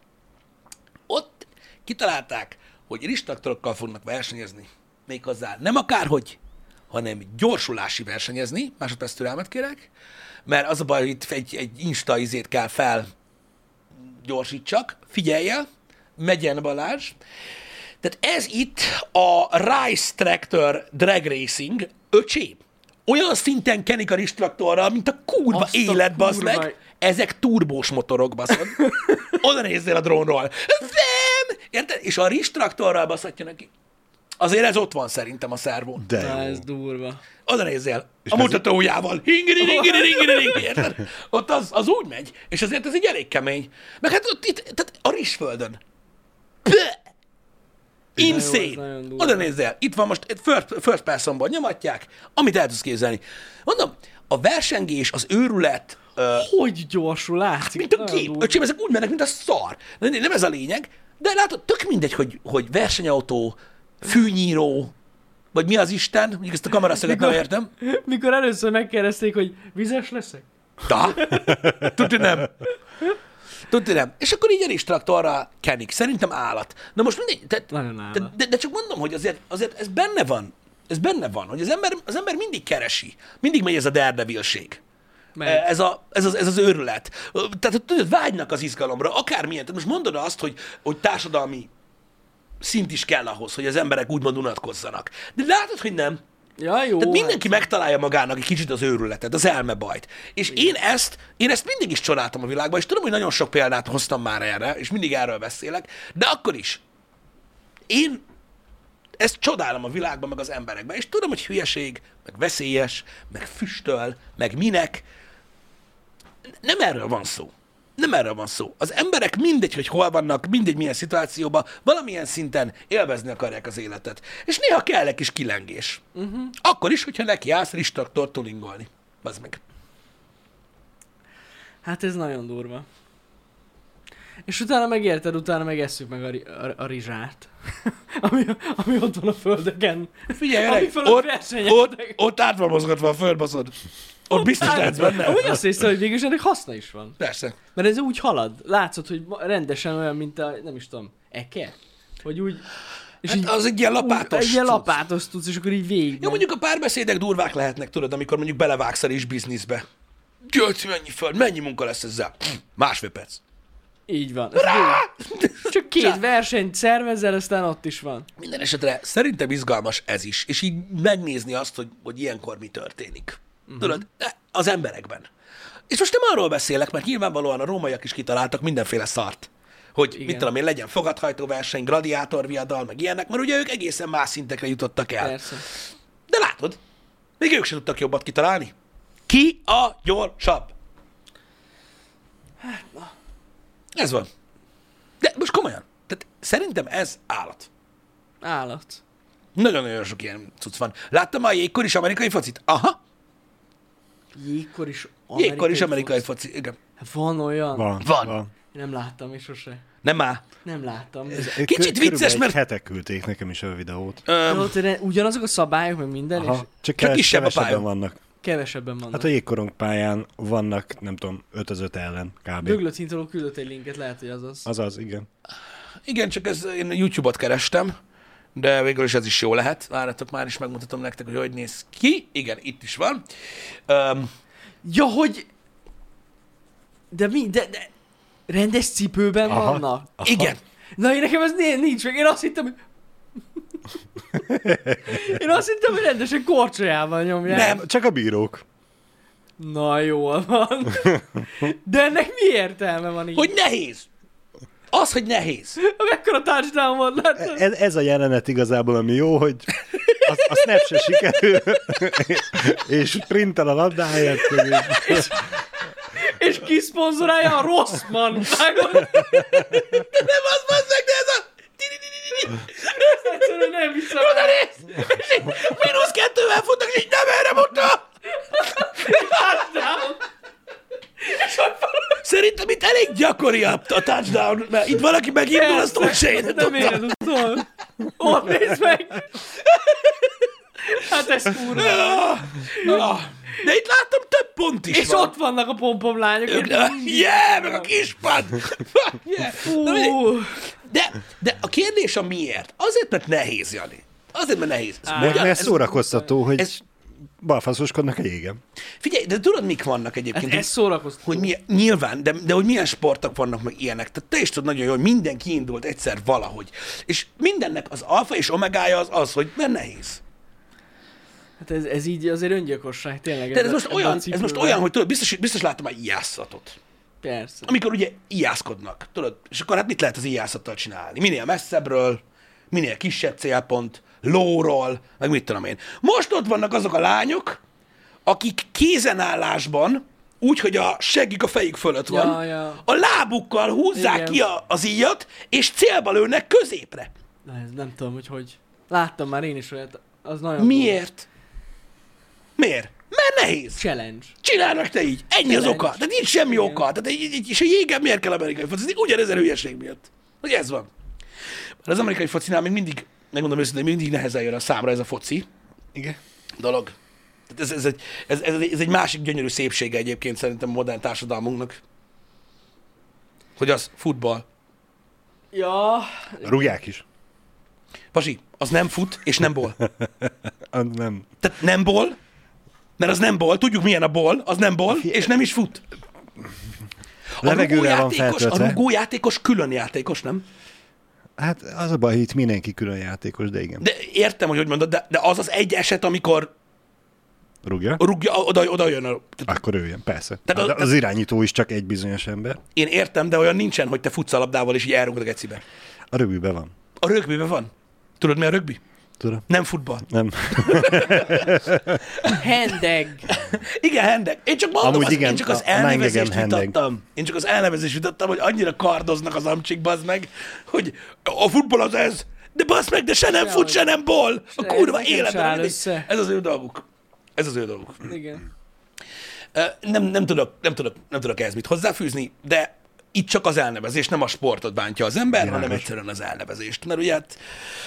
ott kitalálták, hogy rizs traktorokkal fognak versenyezni. Méghozzá nem akárhogy, hanem gyorsulási versenyezni, másodperc türelmet kérek, mert az a baj, hogy itt egy, egy Insta izét kell fel gyorsítsak, figyelj el, Megyen Balázs. Tehát ez itt a Rice Tractor Drag Racing, öcsém, olyan szinten kenik a rizs traktorral, mint a kurva Azt élet, a bazd kurva... meg. Ezek turbós motorok, baszod. Oda nézzél a drónról. Nem! Érted? És a rizs traktorral baszhatja neki. Azért ez ott van szerintem a szervón. De Na, jó. ez durva. Oda nézzél. És A ez- mutatójával. Hingiri, hingiri, hingiri, hingiri, érted? Ott az, az úgy megy. És azért ez egy elég kemény. Meg hát ott itt, tehát a rizsföldön. Pö! jó, Insane. ez nagyon durva. Oda nézzél. Itt van most, first, first personból nyomatják, amit el tudsz képzelni. Mondom, a versengés, az őrület, ö, Hogy gyorsul, látszik. mint a Nagyon gép. durva. Öcsém, ezek úgy mennek, mint a szar. De nem ez a lényeg. De látod, tök mindegy, hogy, hogy versenyautó, fűnyíró, vagy mi az Isten, mondjuk ezt a kameraszöget nem Mikor- értem. Mikor először megkérdezték, hogy vizes leszek? Da? Tudni nem. Tudni nem. És akkor így el is traktorral kenik. Szerintem állat. Na most mindegy, de, Nagyon de, állat. de, de csak mondom, hogy azért, azért ez benne van. Ez benne van, hogy az ember, az ember mindig keresi. Mindig megy ez a daredevilség. Meg. Ez, a, ez, az, ez az őrület. Tehát tudod, vágynak az izgalomra, akármilyen. Tehát most mondod azt, hogy, hogy társadalmi szint is kell ahhoz, hogy az emberek úgymond unatkozzanak. De látod, hogy nem. Ja, jó. Tehát mindenki megtalálja magának egy kicsit az őrületet, az elmebajt. És én ezt, én ezt mindig is csodáltam a világban, és tudom, hogy nagyon sok példát hoztam már erre, és mindig erről beszélek, de akkor is. Én ezt csodálom a világban, meg az emberekben, és tudom, hogy hülyeség, meg veszélyes, meg füstöl, meg minek. Nem erről van szó. Nem erről van szó. Az emberek mindegy, hogy hol vannak, mindegy milyen szituációban, valamilyen szinten élvezni akarják az életet. És néha kell egy kis kilengés. Uh-huh. Akkor is, hogyha neki állsz rizstraktort tuningolni. Bazd meg. Hát ez nagyon durva. És utána megérted, utána megesszük meg a, ri- a, a rizsát. ami, ami ott van a földeken. Figyelj, Ami öreg, fölött ott, versenyeztek. ott, ott át van mozgatva a földbaszod. Ott biztos lehetsz benne. Amúgy azt hiszem, hogy végülis ennek haszna is van. Persze. Mert ez úgy halad. Látszott, hogy ma- rendesen olyan, mint a, nem is tudom, eke? Hogy úgy... És Hát így, az egy ilyen lapátos úgy, egy ilyen cucc. lapátos tudsz, és akkor így végig. Ja, mondjuk a párbeszédek durvák lehetnek, tudod, amikor mondjuk belevágsz a rizs bizniszbe. Gyölt, mennyi föld, mennyi munka lesz ezzel? Pff, Másfél perc. Így van. Ez végig. Csak két versenyt szervezel, aztán ott is van. Minden esetre szerintem izgalmas ez is, és így megnézni azt, hogy, hogy ilyenkor mi történik. Uh-huh. Tudod, de az emberekben. És most nem arról beszélek, mert nyilvánvalóan a rómaiak is kitaláltak mindenféle szart. Hogy Igen. mit tudom én, legyen fogathajtóverseny, gladiátorviadal, meg ilyenek, mert ugye ők egészen más szintekre jutottak el. Persze. De látod, még ők sem tudtak jobbat kitalálni. Ki a gyorsabb? Hát, na. Ez van. De most komolyan. Tehát szerintem ez állat. Állat. Nagyon-nagyon sok ilyen cucc van. Láttam a jégkor is amerikai focit? Aha. Jégkor is amerikai Jégkor is amerikai foci. foci. Igen. Van olyan? Van. Van. van. Én nem láttam is sose. Nem már. Nem láttam. Kicsit Kö- vicces, körülbelül mert- egy hete küldték nekem is a videót. De Öm, ott re- ugyanazok a szabályok, meg minden, és Aha, csak Csak keves, kisebb a kevesebben pálya. vannak. kevesebben vannak. Hát a jégkorong pályán vannak, nem tudom, öt az öt ellen kb. Döglött Hintoló küldött egy linket, lehet, hogy az az. Azaz, igen. igen, csak ez, én YouTube-ot kerestem, de végül is ez is jó lehet. Várjatok, már is megmutatom nektek, hogy hogy néz ki. Igen, itt is van. Öm, Ja, hogy... De mi? De, de... Rendes cipőben Aha. vannak? Aha. igen. Na, én nekem ez né- nincs meg. Én azt hittem, hogy... Én azt hittem, hogy rendesen korcsolyával nyomják. Nem. Csak a bírók. Na, jól van. De ennek mi értelme van így? Hogy nehéz. Az, hogy nehéz. Mekkora touchdown volt, látod? Ez, ez a jelenet igazából, ami jó, hogy a, a snap se sikerül, és sprintel a labdáját. És... És ki szponzorálja a Rossmann. Vágod? Nem az bazzeg, de ez a... Egyszerűen nem hiszem. Oda néz! Gyakori a, a touchdown, mert itt valaki megindul, azt úgy se én Nem éred utol. Ott nézd meg! Hát ez kurva. Ah, de itt láttam több pont is És van. ott vannak a pompom lányok. Yeah, meg a kispad! Yeah. Na, mindegy. Fú. De, de a kérdés a miért? Azért, mert nehéz, Jani. Azért, mert nehéz. Ez, Mert, ugyan- mert ez- szórakoztató, hogy ez- ez... balfaszoskodnak a jégen. Figyelj, de tudod, mik vannak Ez, egyébként? ez szórakoztató. Hogy milyen, nyilván, de, de hogy milyen sportok vannak meg ilyenek. Tehát te is tudod nagyon jól, hogy minden kiindult egyszer valahogy. És mindennek az alfa és omegája az az, hogy mert nehéz. Hát ez, ez így azért öngyilkosság, tényleg. De ez ebben- most ebben a olyan, ez cipőben. most olyan, hogy tudod, biztos, biztos láttam már ijászatot. Persze. Amikor ugye ijászkodnak, tudod, és akkor hát mit lehet az ijászattal csinálni? Minél messzebbről, minél kisebb célpont, lóról, meg mit tudom én. Most ott vannak azok a lányok, akik kézenállásban, úgy, hogy a seggük a fejük fölött van, Ja, ja. a lábukkal húzzák Igen. ki a, az íjat, és célba lőnek középre. Na, ez nem tudom, hogy hogy. Láttam már én is olyat. Az nagyon Miért? Miért? Mert nehéz. challenge. Csinálnak te így. Ennyi az Challenge. oka. De nincs semmi Igen. oka. Tehát egy, egy, és a jégen miért kell amerikai focizni? Ugyanezen hülyeség miatt. Hogy ez van. Mert az amerikai focinál még mindig, megmondom őszintén, még mindig nehezen jön a számra ez a foci Igen. dolog. Tehát ez, ez, egy, ez, ez, egy, ez egy másik gyönyörű szépsége egyébként szerintem a modern társadalmunknak. Hogy az futball. Ja, Rúgják is. Pasi, az nem fut, és nem ból. Az nem. Tehát nem ból, mert az nem ból, tudjuk milyen a ból, az nem ból, és nem is fut. A Levegővel van rugójátékos, a feltöltve. rugójátékos külön játékos, nem? Hát az a baj, hogy itt mindenki külön játékos, de igen. De értem, hogy hogy mondod, de, de az az egy eset, amikor Rúgja? rúgja, oda, oda jön. A, tehát Akkor ő jön, persze. Tehát Tehát az- az irányító is csak egy bizonyos ember. én értem, de olyan nincsen, hogy te futsz a labdával, és így elrúgod a gecibe. A rögbiben van. A rögbiben van. Tudod, mi a rögbi? Tudom. Nem futball. Nem. hendeg. Igen, hendek. Én csak mondom, Amúgy az, igen, én csak az a- a elnevezést Nine Gagem hendeg. vitattam. Én csak az elnevezést vitattam, hogy annyira kardoznak az amcsik, bazd meg, hogy a futball az ez, de bazd meg, de se nem Sehogy. fut, se nem ból. A Se- kurva nekem se életben. áll mindegy. össze. Ez az ő dolguk. Ez az ő dolguk. Igen. Ö, Nem, nem, tudok, nem, tudok, nem tudok ehhez mit hozzáfűzni, de itt csak az elnevezés, nem a sportot bántja az ember, Világos. hanem egyszerűen az elnevezést. Mert ugye hát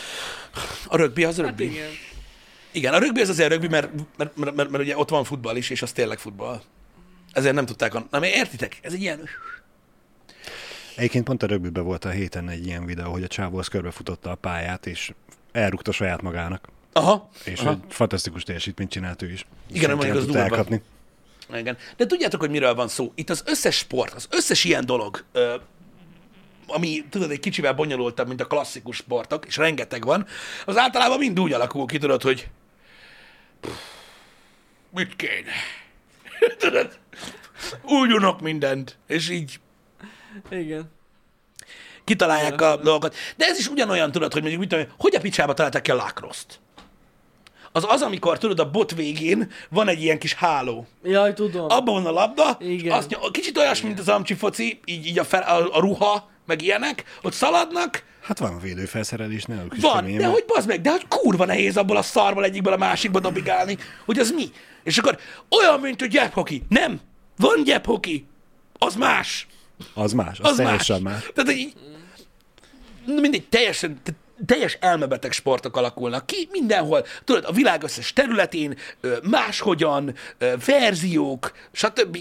a rögbi az Hát rögbi. igen. Igen, a rögbi az azért rögbi, mert, mert, mert, mert, mert ugye ott van futball is, és az tényleg futball. Ezért nem tudták, a... na, értitek? Ez egy ilyen... Egyébként pont a rögbiben volt a héten egy ilyen videó, hogy a csávó az körbefutotta a pályát, és elrúgta saját magának. Aha, És aha. hogy fantasztikus teljesítményt csinált ő is. Igen, Senki mondjuk nem az tudta durva. elkapni. Igen. De tudjátok, hogy miről van szó? Itt az összes sport, az összes ilyen dolog, ö, ami tudod, egy kicsivel bonyolultabb, mint a klasszikus sportok, és rengeteg van, az általában mind úgy alakul ki, tudod, hogy pff, mit kéne? Tudod? Úgy unok mindent, és így Igen. kitalálják a dolgokat. De ez is ugyanolyan, tudod, hogy mondjuk, mit tudom, én, hogy a picsába találták ki a lacrosse-t? Az az, amikor tudod, a bot végén van egy ilyen kis háló. Jaj, tudom. Abban van a labda, és Igen. azt, ny- kicsit olyasmi, mint az amcsi foci, így, így a, fel, a, a ruha, meg ilyenek, ott szaladnak, Hát van a védőfelszerelés, ne kis van, kemény, de mert- hogy bazd meg, de hogy kurva nehéz abból a szarból egyikből a másikba dobigálni, hogy az mi? És akkor olyan, mint a gyephoki. Nem, van gyephoki, az más. Az más, az, Az az más. teljesen más. Tehát így, na mindegy, teljesen, te- teljes elmebeteg sportok alakulnak ki, mindenhol, tudod, a világ összes területén, ö, máshogyan, ö, verziók, stb.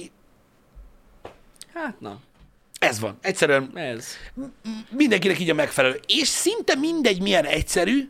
Hát na, Ez van. Egyszerűen ez. mindenkinek így a megfelelő. És szinte mindegy, milyen egyszerű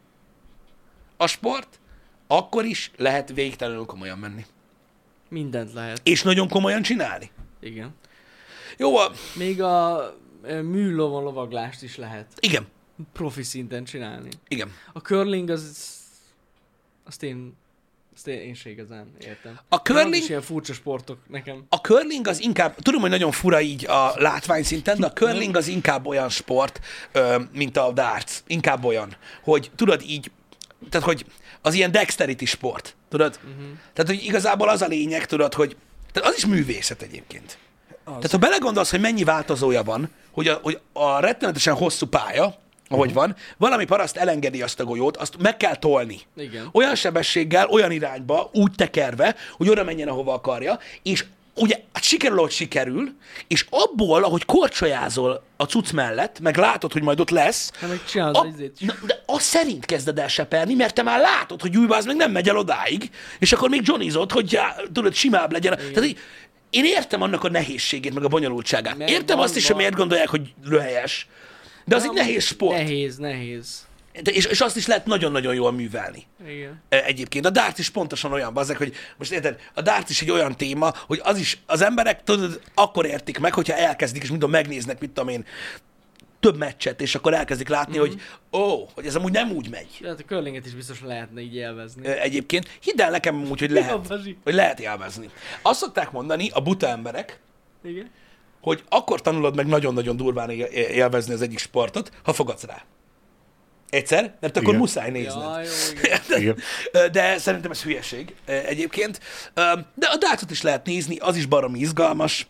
a sport, akkor is lehet végtelenül komolyan menni. Mindent lehet. És nagyon komolyan csinálni. Igen. Jó, a... Még a ö, műlovon lovaglást is lehet igen, profi szinten csinálni. igen. A curling az... Azt én... Azt én, én se igazán értem. A Az curling, is ilyen furcsa sportok nekem. a curling az inkább, tudom, hogy nagyon fura így a látványszinten, de a curling az inkább olyan sport, ö, mint a darts. Inkább olyan, hogy tudod így, tehát hogy az ilyen dexterity sport, tudod? Uh-huh. Tehát, hogy igazából az a lényeg, tudod, hogy tehát az is művészet egyébként. Az. Tehát, ha belegondolsz, hogy mennyi változója van, hogy a, hogy a rettenetesen hosszú pálya, ahogy van, valami paraszt elengedi azt a golyót, azt meg kell tolni. Igen. Olyan sebességgel, olyan irányba, úgy tekerve, hogy oda menjen, ahova akarja, és ugye hát sikerül, ahogy sikerül, és abból, ahogy korcsolyázol a cucc mellett, meg látod, hogy majd ott lesz, Hát meg csinálod a, az izét is. na, de az szerint kezded el seperni, mert te már látod, hogy újra az meg nem megy el odáig, és akkor még johnnyzod, hogy já, tudod, simább legyen. Igen. Tehát így, én értem annak a nehézségét, meg a bonyolultságát. Meg Értem van, azt is, hogy van. miért gondolják, hogy röhelyes. De az Na, egy nehéz sport. Nehéz, nehéz. De és, és azt is lehet nagyon-nagyon jól művelni. Igen. E, Egyébként a darts is pontosan olyan, bazzeg, hogy most érted, a darts is egy olyan téma, hogy az is, az emberek tudod, akkor értik meg, hogyha elkezdik, és mindon megnéznek, mit tudom én, több meccset, és akkor elkezdik látni, mm-hmm. hogy ó, hogy ez amúgy nem úgy megy. Tehát a curlinget is biztos lehetne így élvezni. E, Egyébként, hidd el nekem úgy, hogy Ja, lehet, bazsi. hogy lehet élvezni. Azt szokták mondani a buta emberek, Igen. hogy akkor tanulod meg nagyon-nagyon durván él- élvezni az egyik sportot, ha fogadsz rá. Egyszer, mert akkor Igen. muszáj nézned. Ja, jó, igen. Igen. De szerintem ez hülyeség egyébként. De a dartsot is lehet nézni, az is baromi izgalmas.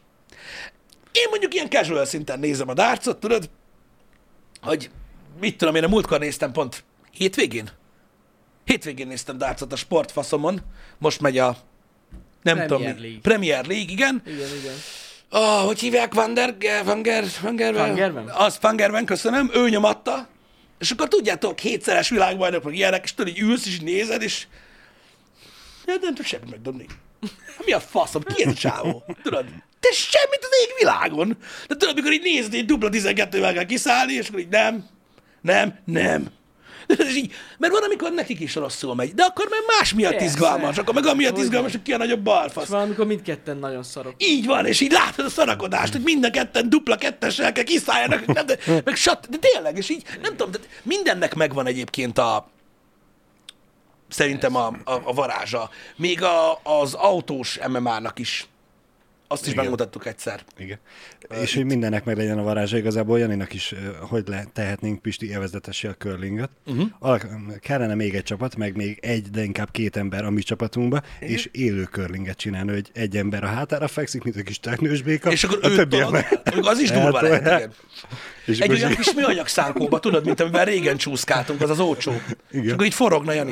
Én mondjuk ilyen casual szinten nézem a dartsot, tudod, hogy mit tudom én, a múltkor néztem pont hétvégén. Hétvégén néztem dartsot a sportfaszomon. Most megy a nem Premier tudom mi. League. Premier League, igen. Igen, igen. Oh, hogy hívják Vander? Vanger, Vanger, Vangerven? Az Vangerven, köszönöm. Ő nyomatta. És akkor tudjátok, hétszeres világbajnok, meg ilyenek, és tudod, így ülsz, és így nézed, és hát nem tud semmit megdobni. Hát mi a faszom? Ki ez a csávó? Tudod? Te semmit az ég világon. De tudod, amikor így nézed, hogy dupla tizenkettővel kell kiszállni, és akkor így nem, nem, nem. És így, mert van, amikor nekik is rosszul megy, de akkor meg más miatt Persze. izgalmas, akkor meg amiatt Hogy izgalmas, hogy ki a nagyobb balfasz. És valamikor mindketten nagyon szarok. Így van, és így látod a szarakodást, hogy mind a ketten dupla kettessel kell kiszálljanak, nem, de, meg sat, de tényleg, és így, nem tudom, de mindennek megvan egyébként a, szerintem a, a, a varázsa. Még a, az autós em em á-nak is. Azt is Igen. megmutattuk egyszer. Igen. És hogy mindennek meg legyen a varázsa, igazából Janinak is, ö, hogy le, tehetnénk Pisti élvezetessé a curlinget. Uh-huh. Alak, kellene még egy csapat, meg még egy, de inkább két ember a mi csapatunkba, uh-huh. és élő curlinget csinálni, hogy egy ember a hátára fekszik, mint a kis teknős béka. És akkor a ő többiek tolod meg- el. Az is durva lehet, igen. És Egy akkor olyan így- kis műanyag szánkóba, tudod, mint amivel régen csúszkáltunk, az az olcsó. Igen. És akkor így forogna, Jani.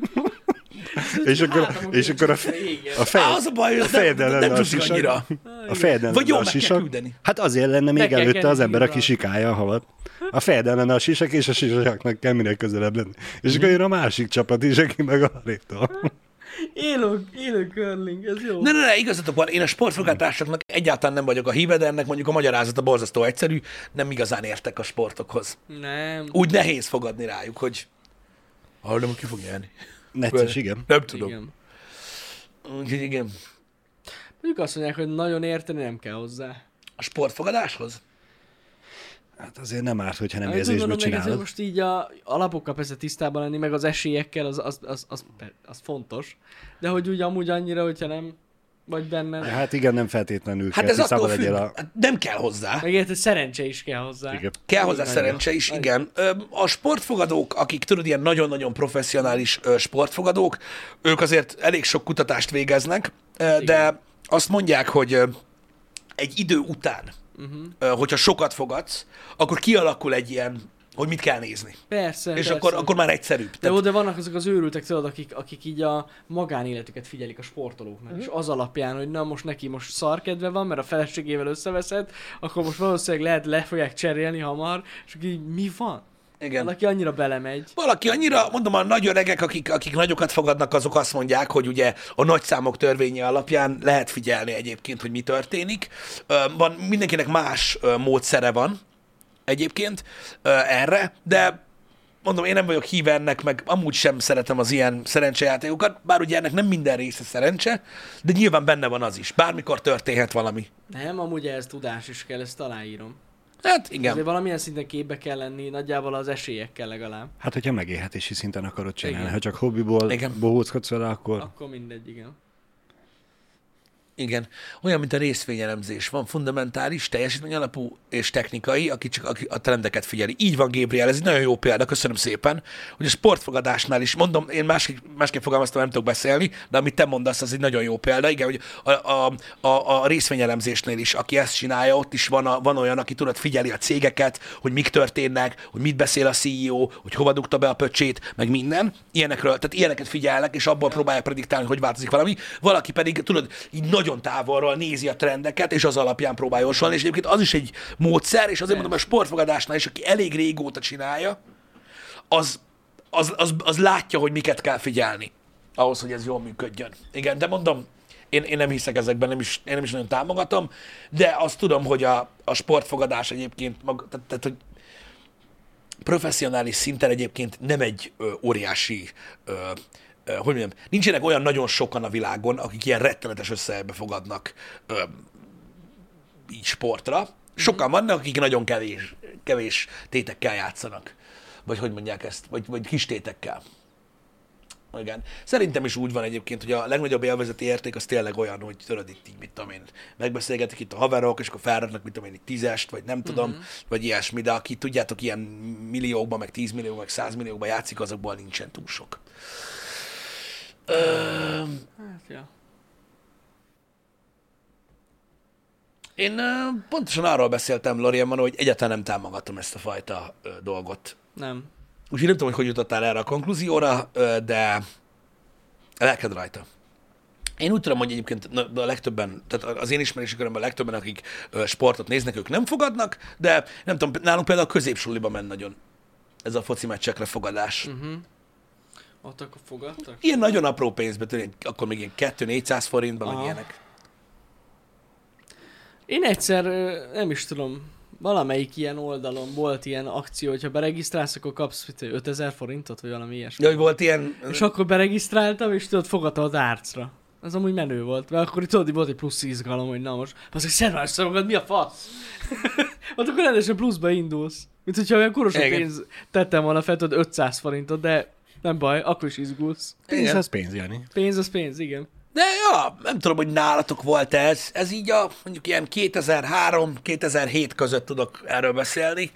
és akkor, Hátam, és akkor a, hogy régen. a, fej, Á, az a baj, hogy a az nem, fejeden nem lenne a csúszik sisak. annyira. A fejeden Vagy jó, lenne a meg kell sisak. küldeni. Hát azért lenne még kell előtte az kenni ember, aki nyilván. sikálja a havat. A fejeden lenne a sisak, és a sisaknak kell minél közelebb lenni. És akkor jön a másik csapat is, aki meg a halétól. Élő, élő curling, ez jó. Ne, ne, ne, igazatok van, én a sportfogadásoknak egyáltalán nem vagyok a híve, de ennek mondjuk a magyarázata borzasztó egyszerű, nem igazán értek a sportokhoz. Nem. Úgy nehéz fogadni rájuk, hogy hallom, ki fog nyerni. Necces, igen. Nem tudom. Igen. Úgyhogy igen. Mondjuk azt mondják, hogy nagyon érteni nem kell hozzá. A sportfogadáshoz? Hát azért nem árt, hogyha nem Amit úgy érzésből mondom, meg ezért csinálod. most így a alapokkal persze tisztában lenni, meg az esélyekkel, az, az, az, az, az fontos. De hogy úgy amúgy annyira, hogyha nem vagy benne. Hát igen, nem feltétlenül Hát kell ez attól tisztában függ, legyél a... hát nem kell hozzá. Meg érted, szerencse is kell hozzá. Igen. Kell hozzá Nagyon. szerencse is, Nagyon. igen. Ö, A sportfogadók, akik tudod, ilyen nagyon-nagyon professzionális ö, sportfogadók, ők azért elég sok kutatást végeznek, ö, de azt mondják, hogy ö, egy idő után, uh-huh. hogyha sokat fogadsz, akkor kialakul egy ilyen, hogy mit kell nézni. Persze, És persze. akkor, akkor már egyszerűbb. De jó, de vannak azok az őrültek, tudod, akik, akik így a magánéletüket figyelik a sportolóknak, uh-huh. és az alapján, hogy na most neki most szarkedve van, mert a feleségével összeveszed, akkor most valószínűleg lehet le fogják cserélni hamar, és akkor így mi van? Igen. Valaki annyira belemegy. Valaki annyira, mondom, a nagy öregek, akik, akik nagyokat fogadnak, azok azt mondják, hogy ugye a nagyszámok törvénye alapján lehet figyelni egyébként, hogy mi történik. Ö, Van, mindenkinek más ö, módszere van egyébként ö, erre, de mondom, én nem vagyok híve ennek, meg amúgy sem szeretem az ilyen szerencsejátékokat, bár ugye ennek nem minden része szerencse, de nyilván benne van az is. Bármikor történhet valami. Nem, amúgy ehhez tudás is kell, ezt aláírom. Hát igen. Azért valamilyen szinten képbe kell lenni, nagyjából az esélyekkel legalább. Hát, hogyha megélhetési szinten akarod csinálni. Igen. Ha csak hobbiból Igen. bohóckodsz vele, akkor... Akkor mindegy, igen. Igen. Olyan, mint a részvényelemzés. Van fundamentális, teljesítmény alapú és technikai, aki csak aki a trendeket figyeli. Így van, Gabriel, ez egy nagyon jó példa, köszönöm szépen, hogy a sportfogadásnál is, mondom, én másképp, másképp fogalmaztam, nem tudok beszélni, de amit te mondasz, az egy nagyon jó példa. Igen, hogy a, a, a, a részvényelemzésnél is, aki ezt csinálja, ott is van, a, van olyan, aki tudod, figyeli a cégeket, hogy mik történnek, hogy mit beszél a cé í ó, hogy hova dugta be a pöcsét, meg minden. Ilyenekről, tehát ilyeneket figyelnek, és abból próbálják prediktálni, hogy változik valami. Valaki pedig, tudod, így nagyon nagyon távolról nézi a trendeket, és az alapján próbál jósolni, és egyébként az is egy módszer, és azért mondom, a sportfogadásnál is, aki elég régóta csinálja, az, az, az, az látja, hogy miket kell figyelni ahhoz, hogy ez jól működjön. Igen, de mondom, én, én nem hiszek ezekben, nem is, én nem is nagyon támogatom, de azt tudom, hogy a, a sportfogadás egyébként, maga, tehát, tehát, hogy professzionális szinten egyébként nem egy ö, óriási, ö, ö, hogy mondjam, nincsenek olyan nagyon sokan a világon, akik ilyen rettenetes összebe fogadnak ö, így sportra. Sokan vannak, akik nagyon kevés, kevés tétekkel játszanak. Vagy hogy mondják ezt, vagy, vagy kis tétekkel. Igen. Szerintem is úgy van egyébként, hogy a legnagyobb élvezeti érték az tényleg olyan, hogy tudod itt így, mit tudom én, megbeszélgetik itt a haverok, és akkor felraknak, mit tudom én, itt tízest, vagy nem tudom, uh-huh. vagy ilyesmi, de aki tudjátok, ilyen milliókban, meg tízmilliókban, meg százmilliókban játszik, azokból nincsen túl sok. Ö... Hát, ja. Én pontosan arról beszéltem Lorianban, hogy egyáltalán nem támogatom ezt a fajta ö, dolgot. Nem. Úgyhogy nem tudom, hogy hogy jutottál erre a konklúzióra, de lelked rajta. Én úgy tudom, hogy egyébként a legtöbben, tehát az én ismerési körömben a legtöbben, akik sportot néznek, ők nem fogadnak, de nem tudom, nálunk például a középsuliba ment nagyon ez a foci meccsekre fogadás. Uh-huh. Ott akkor fogadtak? Ilyen nagyon apró pénzbe, tűnik, akkor még ilyen kétszáz-négyszáz forintban, meg ilyenek. Én egyszer, nem is tudom, valamelyik ilyen oldalon volt ilyen akció, hogyha beregisztrálsz, akkor kapsz ötezer forintot, vagy valami ilyesmi. Ja, hogy volt ilyen... És akkor beregisztráltam, és tudod, fogadta a dárcra. Ez amúgy menő volt, mert akkor tudod, volt egy plusz izgalom, hogy na most, az egy szervás szavagad, mi a fasz? Ott akkor rendesen pluszba indulsz. Mint hogyha olyan korosok pénz tettem volna fel, tudod, ötszáz forintot, de nem baj, akkor is izgulsz. Pénz Igen. az pénz, Jani. Pénz az pénz, igen. De ja, nem tudom, hogy nálatok volt ez. Ez így a mondjuk ilyen kétezer-három kétezer-hét között tudok erről beszélni.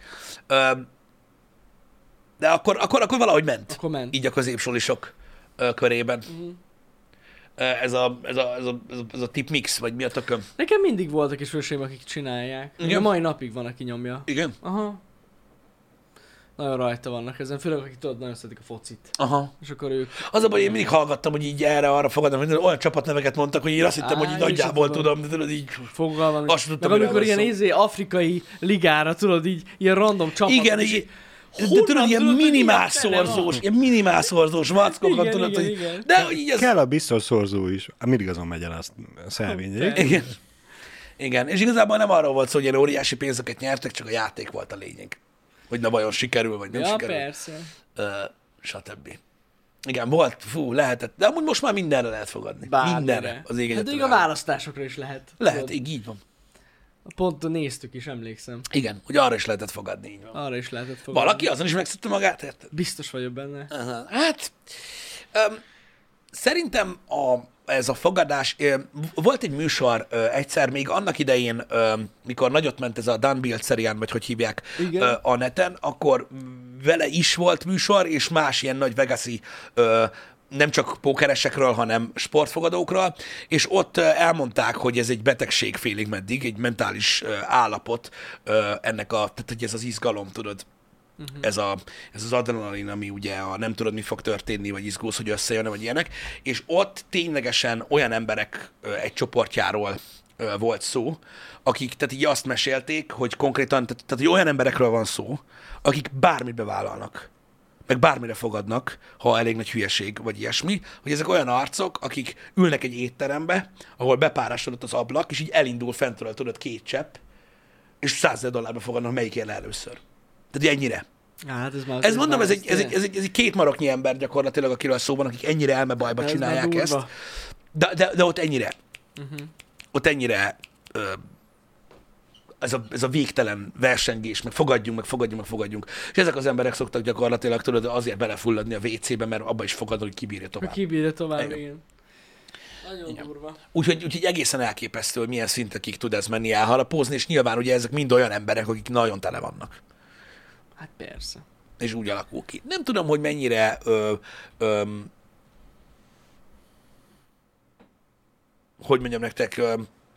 De akkor, akkor, akkor valahogy ment. Akkor ment. Így a középsulisok körében. Uh-huh. Ez a, ez, a, ez, a, ez, a, ez a tip mix, vagy mi a tököm? Nekem mindig voltak ismerőseim, akik csinálják. Igen. A mai napig van, aki nyomja. Igen? Aha. Nagyon rajta vannak ezen, főleg akik tudod, nagyon szeretik a focit. Aha. És akkor ők... Az a baj, én mindig hallgattam, hogy így erre-arra fogadom, hogy olyan csapatneveket mondtak, hogy én azt hittem, Á, hogy így én nagyjából sem tudom, de tudod így... Fogalmam. Azt tudtam, Meg mire amikor van ilyen szó. izé, afrikai ligára, tudod, így ilyen random csapat. Igen, így... De tudod, ilyen minimál szorzós, ilyen minimál szorzós vackokat, tudod, igen, hogy... igen. De hogy így ez... Kell a biztos szorzó is. Mindig azon megy el azt a szelvény. Igen. Igen, és igazából nem arról volt szó, hogy ilyen óriási pénzeket nyertek, csak a játék volt a lényeg. Hogy na vajon sikerül, vagy nem Ja, sikerül. persze. Uh, stb. Igen, volt, fú, lehetett. De amúgy most már mindenre lehet fogadni. Bármire. Mindenre. Az ég Hát még a egyetlen. választásokra is lehet. Lehet, Tudod, így, így van. pont néztük is, emlékszem. Igen, hogy arra is lehetett fogadni, így van. Arra is lehetett fogadni. Valaki azon is megszedte magát, érted? Biztos vagyok benne. Aha. Hát, um, szerintem a, ez a fogadás, um, volt egy műsor uh, egyszer, még annak idején, um, mikor nagyot ment ez a Dan Bilzerian, vagy hogy hívják Igen. uh, a neten, akkor vele is volt műsor, és más ilyen nagy vegasi uh, nem csak pókeresekről, hanem sportfogadókról, és ott uh, elmondták, hogy ez egy betegség félig meddig, egy mentális uh, állapot uh, ennek a, tehát hogy ez az izgalom, tudod, uh-huh. ez, a, ez az adrenalin, ami ugye a nem tudod, mi fog történni, vagy izgulsz, hogy összejön, vagy ilyenek, és ott ténylegesen olyan emberek uh, egy csoportjáról uh, volt szó, akik, tehát így azt mesélték, hogy konkrétan, tehát, tehát hogy olyan emberekről van szó, akik bármit bevállalnak, meg bármire fogadnak, ha elég nagy hülyeség, vagy ilyesmi, hogy ezek olyan arcok, akik ülnek egy étterembe, ahol bepárásodott az ablak, és így elindul fentről, tudod, két csepp, és százezer dollárba fogadnak, melyik ér le először. Tehát ennyire. Hát ez már... Ez mondom, ez egy, ez, egy, ez, egy, ez egy két maroknyi ember gyakorlatilag, akiről szó van, akik ennyire elmebajba csinálják ezt. De, de, de ott ennyire. Uh-huh. Ott ennyire ö, ez, a, ez a végtelen versengés, meg fogadjunk, meg fogadjunk, meg fogadjunk. És ezek az emberek szoktak gyakorlatilag, tudod, azért belefulladni a vé cébe, mert abba is fogadnak, hogy kibírja tovább. Kibírja tovább, igen. igen. Nagyon Igen. durva. Úgyhogy, úgyhogy egészen elképesztő, hogy milyen szintekig tud ez menni elharapózni, és nyilván ugye ezek mind olyan emberek, akik nagyon tele vannak. Hát persze. És úgy alakul ki. Nem tudom, hogy mennyire ö, ö, hogy mondjam nektek, ö,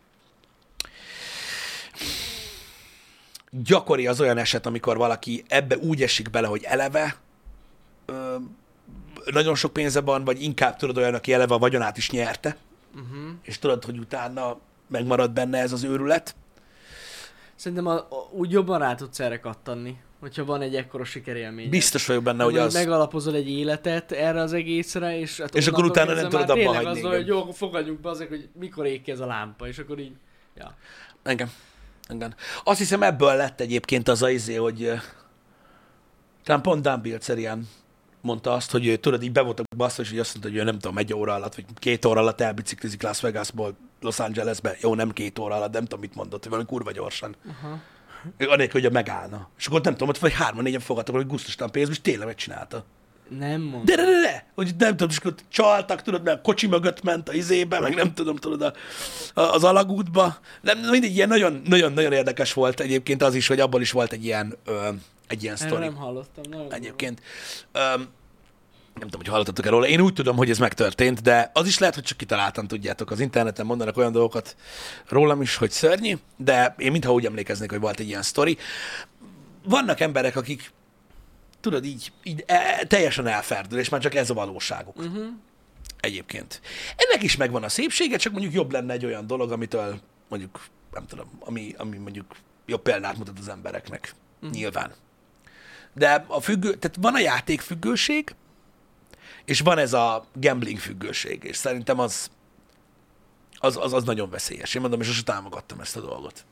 gyakori az olyan eset, amikor valaki ebbe úgy esik bele, hogy eleve ö, nagyon sok pénze van, vagy inkább tudod olyan, aki eleve a vagyonát is nyerte, uh-huh. és tudod, hogy utána megmarad benne ez az őrület. Szerintem a, a, úgy jobban rá tudsz erre kattanni, hogyha van egy ekkora sikerélmény. Biztos vagyok benne, hogy az... Megalapozol egy életet erre az egészre, és... Hát és akkor utána nem tudod abba hagyni. Az van, hogy jó, akkor fogadjuk be azért, hogy mikor ég ki ez a lámpa, és akkor így... Ja. Engem. Engem. Azt hiszem ebből lett egyébként az a izé, hogy talán pont Dan Bilzerian mondta azt, hogy ő, tudod, így be voltak basszva, és így azt mondta, hogy ő nem tudom, egy óra alatt, vagy két óra alatt elbiciklizik Las Vegasból Los Angelesbe. Jó, nem két óra alatt, nem tudom, mit mondott, hogy valami kurva gyorsan. Uh-huh. Anélkül, hogy megállna. És akkor nem tudom, ott vagy hárman, négyen fogadtak, hogy gusztustalan pénz, és tényleg megcsinálta. Nem mondom. De, de, de, de, hogy nem tudom, és akkor csaltak, tudod, mert a kocsi mögött ment a izébe, meg nem tudom, tudod, a, a, az alagútba. Nem, mindig ilyen nagyon, nagyon, nagyon érdekes volt egyébként az is, hogy abból is volt egy ilyen, ö, egy ilyen sztori. nem hallottam. Nagyon egyébként. Ö, nem tudom, hogy hallottatok-e róla. Én úgy tudom, hogy ez megtörtént, de az is lehet, hogy csak kitaláltan tudjátok. Az interneten mondanak olyan dolgokat rólam is, hogy szörnyű, de én mintha úgy emlékeznék, hogy volt egy ilyen sztori. Vannak emberek, akik tudod, így, így e, teljesen elferdül, és már csak ez a valóságuk. Uh-huh. Egyébként. Ennek is megvan a szépsége, csak mondjuk jobb lenne egy olyan dolog, amitől mondjuk, nem tudom, ami, ami mondjuk jobb példát mutat az embereknek. Uh-huh. Nyilván. De a függő, tehát van a játékfüggőség, és van ez a gambling függőség, és szerintem az, az, az, az nagyon veszélyes. Én mondom, és sosem támogattam ezt a dolgot.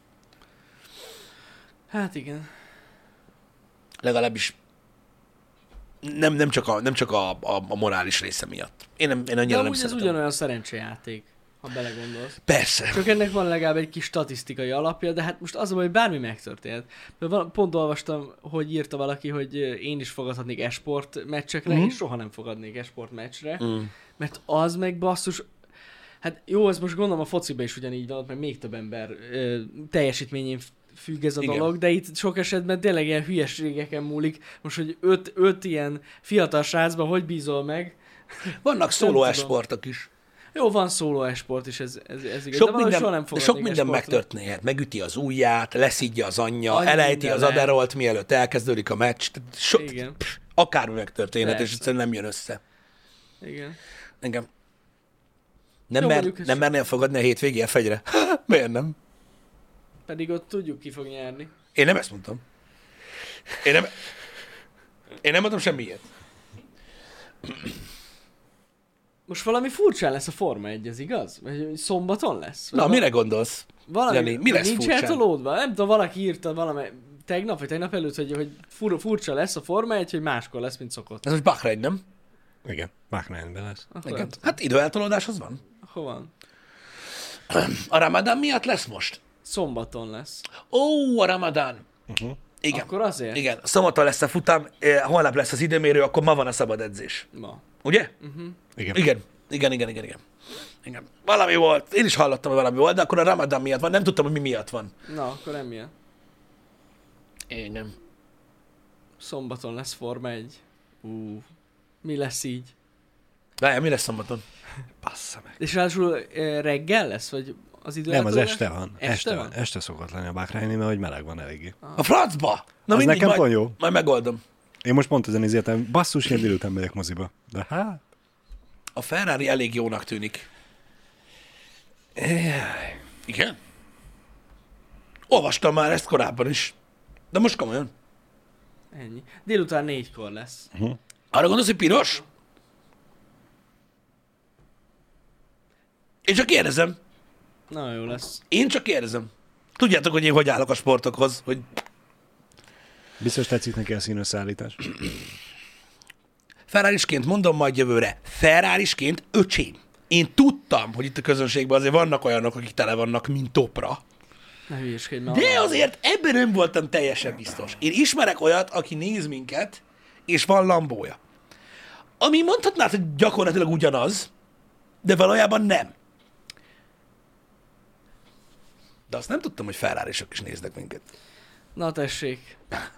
Hát igen. Legalábbis nem, nem csak, a, nem csak a, a, a morális része miatt. Én, nem, én annyira de nem ez szeretem. ugyanolyan szerencsejáték, ha belegondolsz. Persze. Csak ennek van legalább egy kis statisztikai alapja, de hát most az, hogy bármi megtörtént. Pont olvastam, hogy írta valaki, hogy én is fogadhatnék esport meccsekre, uh-huh. és soha nem fogadnék esport meccsre, uh-huh. mert az meg basszus, hát jó, ez most gondolom a fociban is ugyanígy van, mert még több ember ö, teljesítményén függ ez a Igen. dolog, de itt sok esetben tényleg ilyen hülyeségeken múlik. Most, hogy öt, öt ilyen fiatal srácban hogy bízol meg? Vannak szóló esportok is. Jó, van szóló esport is, ez, ez, ez igaz. Sok de minden, nem de sok minden megtörténhet. Megüti az ujját, leszidja az anyja, Annyi elejti az aderolt, mielőtt elkezdődik a meccs. So, Igen. Pff, akármi megtörténhet, Persze. és egyszerűen nem jön össze. Igen. Engem. Nem, Jó, mer, nem mernél fogadni a hétvégi ef egyre? Miért nem? Pedig ott tudjuk, ki fog nyerni. Én nem ezt mondtam. Én nem, én nem mondtam semmiért. Most valami furcsán lesz a Forma egy, ez igaz? Vagy szombaton lesz? Na, mire gondolsz? Valami, Jani, mi lesz nincs furcsán? eltolódva? Nem tudom, valaki írta valami tegnap, vagy tegnap előtt, hogy, hogy fur, furcsa lesz a Forma egy, hogy máskor lesz, mint szokott. Ez most Bahrein, nem? Igen, Bahrainben lesz. Igen. Hát időeltolódás az van. Hol van? A Ramadán miatt lesz most? Szombaton lesz. Ó, a Ramadán. Uh-huh. Igen. Akkor azért? Igen, szombaton lesz a futam, holnap lesz az időmérő, akkor ma van a szabad edzés. Ma. Ugye? Uh-huh. Igen. Igen. Igen, igen, igen, igen. Igen. Valami volt. Én is hallottam, hogy valami volt, de akkor a Ramadán miatt van. Nem tudtam, hogy mi miatt van. Na, akkor emiatt. Igen. Szombaton lesz Forma egy. Ú, mi lesz így? Várjál, mi lesz szombaton? Bassza meg. És ráadásul eh, reggel lesz, vagy az idő? Nem, az este van. Este, Este van? van. Este szokott lenni a Bahraini, mert hogy meleg van eléggé. A francba! Na Az mindig, nekem majd, pont jó. majd megoldom. Én most pont ezen izéltem, basszus, én délután megyek moziba. De hát... A Ferrari elég jónak tűnik. Jaj. Igen? Olvastam már ezt korábban is. De most komolyan. Ennyi. Délután négykor lesz. Uh-huh. Arra gondolsz, hogy piros? Én csak kérdezem. Nagyon jó lesz. Én csak kérdezem. Tudjátok, hogy én hogy állok a sportokhoz, hogy Biztos tetszik neki a színösszállítás. Ferrarisként mondom majd jövőre. Ferrarisként öcsém. Én tudtam, hogy itt a közönségben azért vannak olyanok, akik tele vannak, mint topra. Ne hülyeskedj már. De azért ebben nem voltam teljesen biztos. Én ismerek olyat, aki néz minket, és van lambója. Ami mondhatnád, hogy gyakorlatilag ugyanaz, de valójában nem. De azt nem tudtam, hogy Ferrarisok is néznek minket. Na tessék.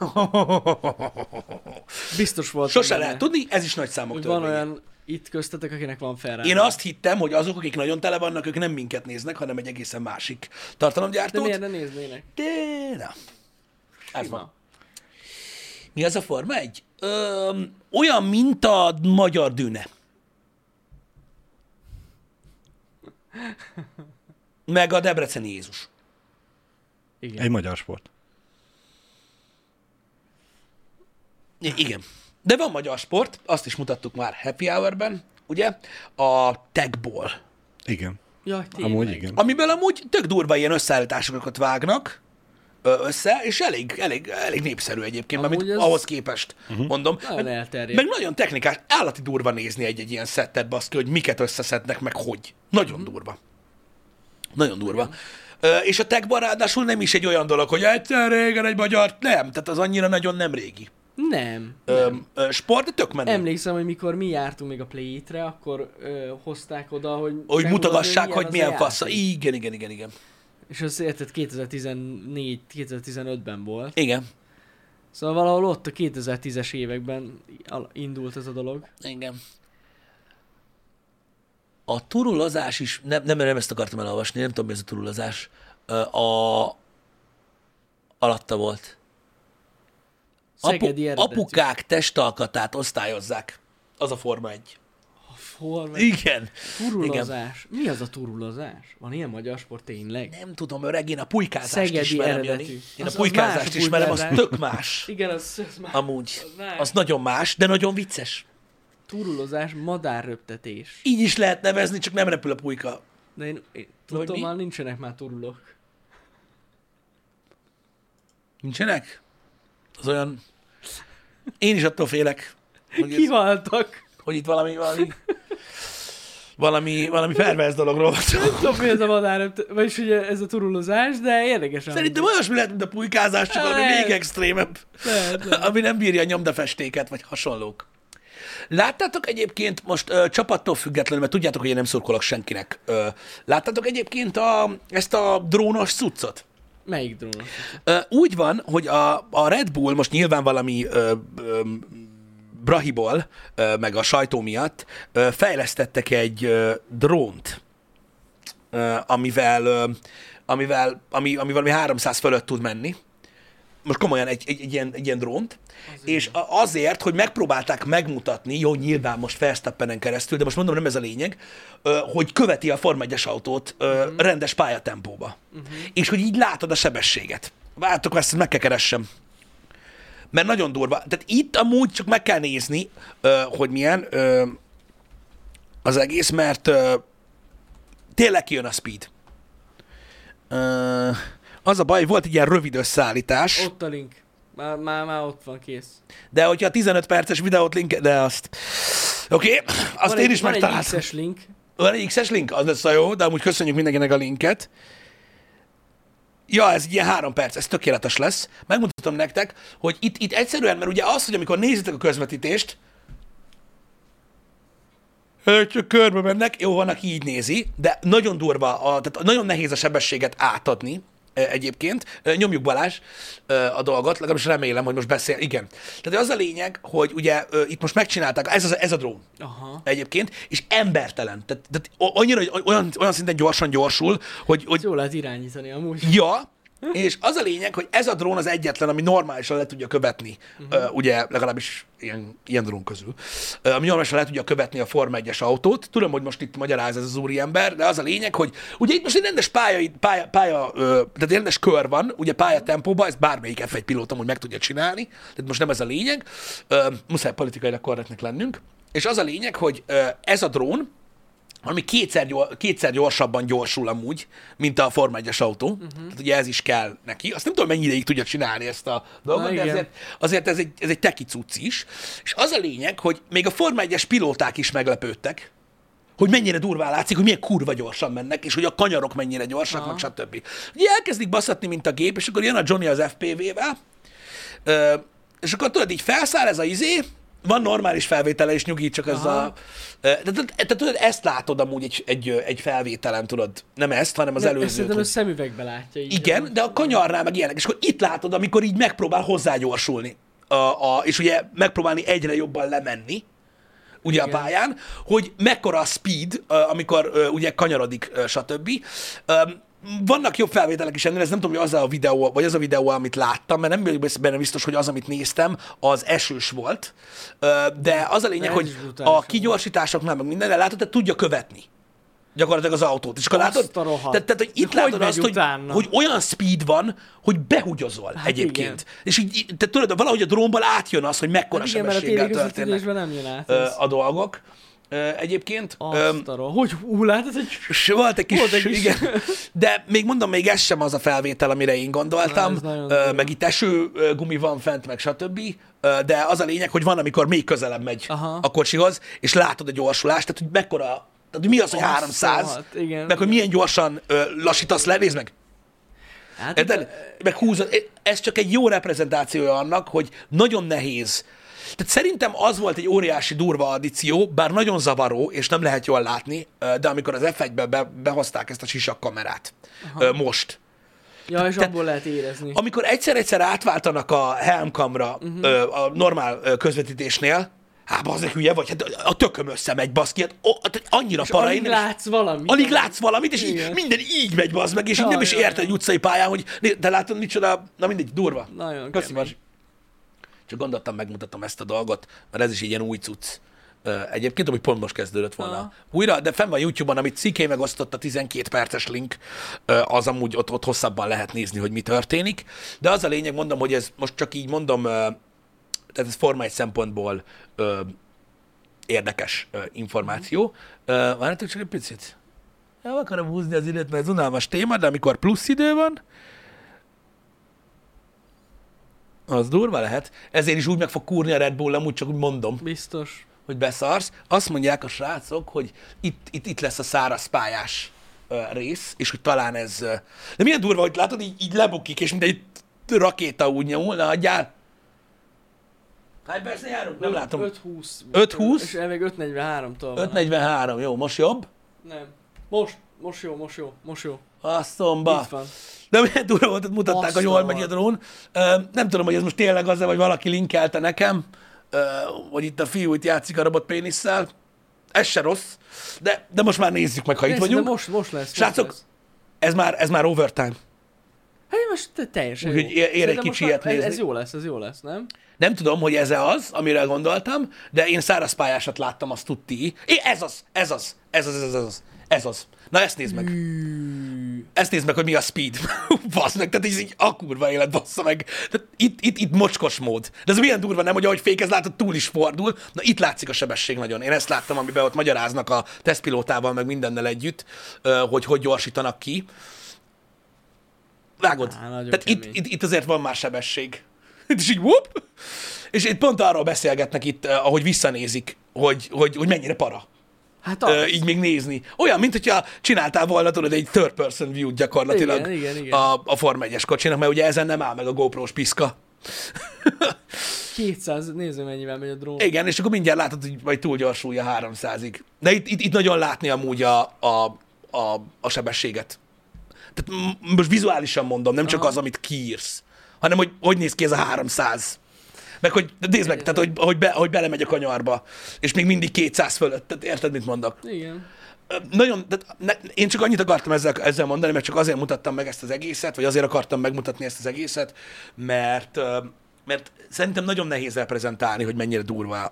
Biztos volt. Sose lehet tudni, ez is nagy számok hogy van törvénye. olyan itt köztetek, akinek van Ferrari. Én azt hittem, hogy azok, akik nagyon tele vannak, ők nem minket néznek, hanem egy egészen másik De tartalomgyártót. miért ne néznének? De na. Ez Sima. van. Mi az a Forma egy? Öm, olyan, mint a magyar dűne. meg a debreceni Jézus. Igen. Egy magyar sport. I- igen. De van magyar sport, azt is mutattuk már Happy Hour-ben, ugye? A tagball. Igen. Jaj, tényleg. Amúgy igen. Amiből amúgy tök durva ilyen összeállításokat vágnak ö, össze, és elég, elég, elég népszerű egyébként, Amúgy amit ez- ahhoz képest uh-huh. mondom. Nagyon Meg, elterjedt. meg nagyon technikás, állati durva nézni egy-egy ilyen szettet, baszki, hogy miket összeszednek, meg hogy. Nagyon uh-huh. durva. Nagyon durva. Ö, és a tagball ráadásul nem is egy olyan dolog, hogy egyszer régen egy magyar, nem, tehát az annyira nagyon nem régi. Nem. Ö, nem. ö, sport, de tök menő. Emlékszem, hogy mikor mi jártunk még a Play-re, akkor ö, hozták oda, hogy... Hogy megmutatni, mutogassák, hogy az milyen a fasz. játék. Igen, igen, igen, igen. És az érted kétezer-tizennégy kétezer-tizenötben volt. Igen. Szóval valahol ott a kétezer-tízes években al- indult ez a dolog. Igen. A turulozás is, nem, nem, nem ezt akartam elolvasni, nem tudom, mi ez a turulozás. Ö, A alatta volt. Szegedi Apu, eredetű. apukák testalkatát osztályozzák. Az a Forma egy. Hol meg? Igen. Turulozás. Mi az a turulozás? Van ilyen magyar sport tényleg? Nem tudom, öreg, én a pulykázást Szegedi ismerem, eredetű. Jani. Én Az- a az pulykázást más a ismerem, az pulykázás. tök más. Igen, az, az már... Amúgy. Az más. Az nagyon más, de nagyon vicces. Turulozás, madárröptetés. Így is lehet nevezni, csak nem repül a pulyka. De én, én Vagy tudom, mi? már nincsenek már turulok. Nincsenek? Az olyan... Én is attól félek, hogy, ez, Kihaltak. hogy itt valami, valami, valami, valami perverz dologról van szó. Tudom, mi ez a madárröptetés, vagyis ugye ez a turulozás, de érdekes. Szerintem olyasmi lehet, mint a pulykázás, csak valami Lehet. még extrémebb, Lehet, lehet. ami nem bírja a nyomdafestéket, vagy hasonlók. Láttátok egyébként most ö, csapattól függetlenül, mert tudjátok, hogy én nem szurkolok senkinek. Ö, láttátok egyébként a, ezt a drónos cuccot? Melyik drónos? Ö, úgy van, hogy a, a Red Bull most nyilván valami ö, ö, brahiból, ö, meg a sajtó miatt ö, fejlesztettek egy ö, drónt, ö, amivel, ö, amivel ami, ami valami háromszáz fölött tud menni. Most komolyan egy, egy, egy, ilyen, egy ilyen drónt, Az és a- azért, hogy megpróbálták megmutatni, jó, nyilván most Verstappenen keresztül, de most mondom, nem ez a lényeg, ö, hogy követi a Forma egyes autót ö, uh-huh. rendes pályatempóba. Uh-huh. És hogy így látod a sebességet. Vártok, ezt meg kell keressem. Mert nagyon durva. Tehát itt amúgy csak meg kell nézni, ö, hogy milyen ö, az egész, mert ö, tényleg kijön a speed. Ö, az a baj, volt egy ilyen rövid összeállítás. Ott a link. Már, már, már ott van, kész. De hogyha a tizenöt perces videót link, de azt... Oké, okay, azt van én egy, is van egy megtaláltam. X-es link. Van egy X-es link? Az lesz a jó, de amúgy köszönjük mindenkinek a linket. Ja, ez egy ilyen három perc, ez tökéletes lesz. Megmutatom nektek, hogy itt, itt egyszerűen, mert ugye az, hogy amikor nézitek a közvetítést, ők csak körbe mennek, jó, van, aki így nézi, de nagyon durva, a, tehát nagyon nehéz a sebességet átadni e, egyébként. E, Nyomjuk Balázs e, a dolgot, legalábbis remélem, hogy most beszél. Igen. Tehát az a lényeg, hogy ugye e, itt most megcsinálták, ez, az, ez a drón Aha. egyébként, és embertelen. Tehát, tehát annyira, hogy olyan, olyan szinten gyorsan gyorsul, hogy, hogy Ezt jól lehet irányítani amúgy. ja, és az a lényeg, hogy ez a drón az egyetlen, ami normálisan le tudja követni, uh-huh. uh, ugye legalábbis ilyen, ilyen drón közül, uh, ami normálisan le tudja követni a Forma egyes autót. Tudom, hogy most itt magyaráz ez az úriember, de az a lényeg, hogy ugye itt most egy rendes pálya, pálya, pálya uh, tehát egy rendes kör van, ugye pályatempóban, ezt bármelyik ef egy pilóta úgy meg tudja csinálni, tehát most nem ez a lényeg, uh, muszáj politikailag korrektnek lennünk, és az a lényeg, hogy uh, ez a drón, ami kétszer, gyor, kétszer gyorsabban gyorsul amúgy, mint a Forma egyes autó. Uh-huh. Tehát ugye ez is kell neki. Azt nem tudom, mennyi ideig tudja csinálni ezt a dolgot, de azért, azért ez egy, ez egy teki cucc is. És az a lényeg, hogy még a Forma egyes pilóták is meglepődtek, hogy mennyire durván látszik, hogy milyen kurva gyorsan mennek, és hogy a kanyarok mennyire gyorsak, Aha. meg stb. Ugye elkezdik baszatni, mint a gép, és akkor jön a Johnny az ef pé vé-vel, és akkor tudod, így felszáll ez a izé, van normális felvétele, és nyugi, csak ez Aha. a... Tehát tudod, ezt látod amúgy egy, egy, egy felvételen, tudod, nem ezt, hanem az De ezt előzőt. szerintem hogy- a szemüvegbe látja. Így Igen, de a kanyarnál meg ilyenek, és akkor itt látod, amikor így megpróbál hozzányorsulni, a, a, és ugye megpróbálni egyre jobban lemenni, ugye Igen. a pályán, hogy mekkora a speed, ö, amikor ö, ugye kanyarodik, ö, stb. Öm, Vannak jobb felvételek is ennél, ez nem tudom, hogy az a videó, vagy az a videó, amit láttam, mert nem vagyok benne biztos, hogy az, amit néztem, az esős volt. Ö, De az a lényeg, Ez hogy is brutális a volt. kigyorsításoknál, meg mindenre látod, tehát tudja követni gyakorlatilag az autót. És akkor Azt látod, a rohadt. tehát, tehát, hogy itt Hogy látod megy azt, hogy, utána? hogy olyan speed van, hogy behugyozol hát egyébként. Igen. És így, így- te tudod, valahogy a drónból átjön az, hogy mekkora Hát igen, mert a sebességgel tévé történnek közvetítésben nem jön át ö, ez. a dolgok. Ö, egyébként. Öm, Azt a rohadt. Hogy hú, látod, hogy... S volt egy kis, Volt egy kis- igen. De még mondom, még ez sem az a felvétel, amire én gondoltam, Na, ez nagyon ö, durva. meg itt eső ö, gumi van fent, meg stb. Ö, De az a lényeg, hogy van, amikor még közelebb megy Aha. a kocsihoz, és látod a gyorsulást, tehát hogy mekkora, tehát hogy mi az, hogy Azt háromszáz, rohadt, igen. meg hogy milyen gyorsan ö, lassítasz le, nézd meg. Hát, Érted? Meg húzod. Ez csak egy jó reprezentációja annak, hogy nagyon nehéz. Tehát szerintem az volt egy óriási durva addíció, bár nagyon zavaró, és nem lehet jól látni, de amikor az ef egybe be, behozták ezt a sisak kamerát Aha. most, ja, és te- abból lehet érezni. amikor egyszer-egyszer átváltanak a helmkamra uh-huh. a normál ö, közvetítésnél, hát bazdmeg hülye vagy, hát a tököm összemegy, baszki, hát, o, hát annyira És para, alig én nem is- látsz valamit. Alig látsz valamit, és így, Igen. minden így megy, bazd meg, és így Ja, nem is ja, érted ja. egy utcai pályán, hogy né- de látod, micsoda, na mindegy, durva. Nagyon Köszi, kemény. Marzi. Csak gondoltam, megmutatom ezt a dolgot, mert ez is egy ilyen új cucc. Ö, Egyébként, ami pont most kezdődött volna Aha. újra, de fenn van YouTube-on, amit Ciké megosztott, a tizenkét perces link, ö, az amúgy ott, ott hosszabban lehet nézni, hogy mi történik. De az a lényeg, mondom, hogy ez most csak így mondom, ö, tehát ez Forma egy szempontból ö, érdekes ö, információ. Ö, Várjátok csak egy picit. El akarom húzni az időt, mert ez unalmas téma, de amikor plusz idő van, az durva lehet. Ezért is úgy meg fog kúrni a Red Bull, amúgy csak úgy mondom, Biztos. hogy beszarsz. Azt mondják a srácok, hogy itt, itt, itt lesz a száraz pályás ö, rész, és hogy talán ez... Ö... De milyen durva, hogy látod, így, így lebukik, és mint egy rakéta úgy nyomul, na adjál. Hány percre járunk? Nem látom. öt húsz. öt húsz? És el még öt negyvenháromtól van. öt negyvenhárom, jó, most jobb? Nem. Most, most jó, most jó, most jó. Azt szomba. Itt van. De milyen durva volt, hogy mutatták, Azt hogy jól a megy a drón. Ö, Nem tudom, hogy ez most tényleg az, vagy valaki linkelte nekem, ö, hogy itt a fiú itt játszik a robotpénisszel. Ez se rossz, de, de most már nézzük meg, ha itt Persze, vagyunk. de most, most lesz. Srácok, most lesz. ez már, ez már overtime. Hát most te- teljesen Úgyhogy jó. ér- ér egy Szerintem kicsi most már- ilyet ez, ez nézni. jó lesz, ez jó lesz, nem? Nem tudom, hogy ez az, amire gondoltam, de én szárazpályásat láttam, azt tudti. É, ez az, ez az, ez az, ez az, ez az, ez az. Na ezt nézd meg. Ezt nézd meg, hogy mi a speed. Basz meg, tehát ez így a kurva élet, bassza meg. Tehát itt, itt, itt mocskos mód. De ez milyen durva, nem, hogy ahogy fékez, látod, túl is fordul. Na itt látszik a sebesség nagyon. Én ezt láttam, amiben ott magyaráznak a tesztpilótával, meg mindennel együtt, ö, hogy hogy gyorsítanak ki. Vágod? Á, nagyon Tehát itt, kemény. itt, itt azért van már sebesség. És így whoop! És itt pont arról beszélgetnek itt, eh, ahogy visszanézik, hogy, hogy, hogy mennyire para. Hát az. Ö, így még nézni. Olyan, mint hogyha csináltál volna, tudod, egy third person view gyakorlatilag Igen, igen, igen. A, a Forma egyes kocsinak, mert ugye ezen nem áll meg a GoPro-s piszka. kétszáz, nézzük mennyivel megy a drón. Igen, és akkor mindjárt látod, hogy majd túl gyorsulja háromszázig. De itt, itt, itt nagyon látni amúgy a, a, a, a sebességet. Tehát m- most vizuálisan mondom, nem csak Aha. az, amit kiírsz, hanem hogy hogy néz ki ez a háromszáz. Meg hogy, nézd meg, tehát hogy, hogy, be, hogy belemegy a kanyarba, és még mindig kétszáz fölött. Tehát érted, mit mondok? Igen. Ö, Nagyon, tehát ne, én csak annyit akartam ezzel, ezzel mondani, mert csak azért mutattam meg ezt az egészet, vagy azért akartam megmutatni ezt az egészet, mert, ö, mert szerintem nagyon nehéz reprezentálni, hogy mennyire durva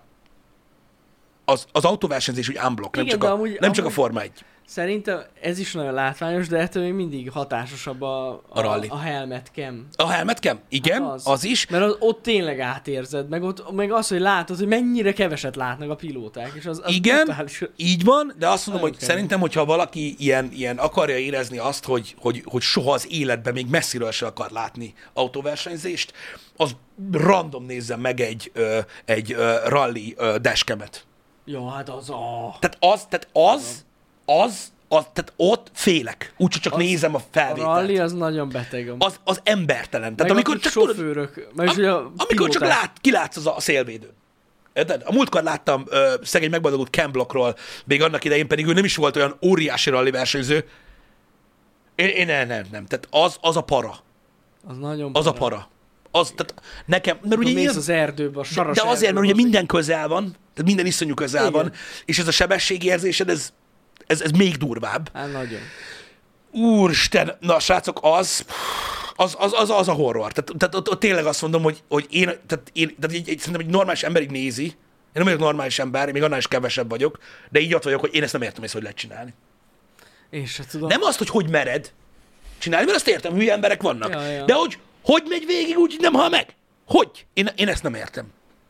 az, az autóversenyzés úgy unblock, nem, Igen, csak de a, amúgy- nem csak a amúgy- Forma egy. Szerintem ez is nagyon látványos, de ettől még mindig hatásosabb a, a, A rally. a helmet cam. A helmet cam? Igen, Hát az. az is. Mert az, ott tényleg átérzed, meg, ott, meg az, hogy látod, hogy mennyire keveset látnak a pilóták. És az, az Igen, brutális. így van, de azt mondom, Nagyon hogy kemény. szerintem, hogyha valaki ilyen, ilyen akarja érezni azt, hogy, hogy, hogy soha az életben még messziről se akar látni autóversenyzést, az random nézzen meg egy, ö, egy ö, rally ö, dashcamet. Jó, hát az a... Tehát az, tehát az, az, az, tehát ott félek. Úgyhogy csak Az- nézem a A felvételt. rally az nagyon beteg. amúgy. Az, az embertelen. Tehát Meg amikor akik csak tudod, sofőrök, meg is, hogy a amikor csak pilóták. lát, kilátsz az a szélvédőn. Érted? A múltkor láttam ö, szegény megboldogult Ken Blockról, még annak idején pedig ő nem is volt olyan óriási rally versenyző. Én, én nem, nem, nem. Tehát az, az a para. Az nagyon Az a para. Az, tehát nekem, mert ugye Ugye mész nyilván- az erdőbe, a saras de azért, mert erdőbe, ugye az- minden közel van, tehát minden iszonyú közel Igen. van, és ez a sebességérzésed, ez, ez, ez még durvább. Hát nagyon. Úristen, na srácok, az, az, az, az, az a horror. Tehát, tehát ott, ott tényleg azt mondom, hogy, hogy én, tehát én, tehát egy, egy, szerintem egy normális ember így nézi, én nem vagyok normális ember, én még annál is kevesebb vagyok, de így ott vagyok, hogy én ezt nem értem, ezt hogy lehet csinálni. Én se tudom. Nem azt, hogy hogy mered csinálni, mert azt értem, hülye emberek vannak. Ja, ja. De hogy hogy megy végig úgy, hogy nem hal meg? Hogy? Én, én ezt nem értem.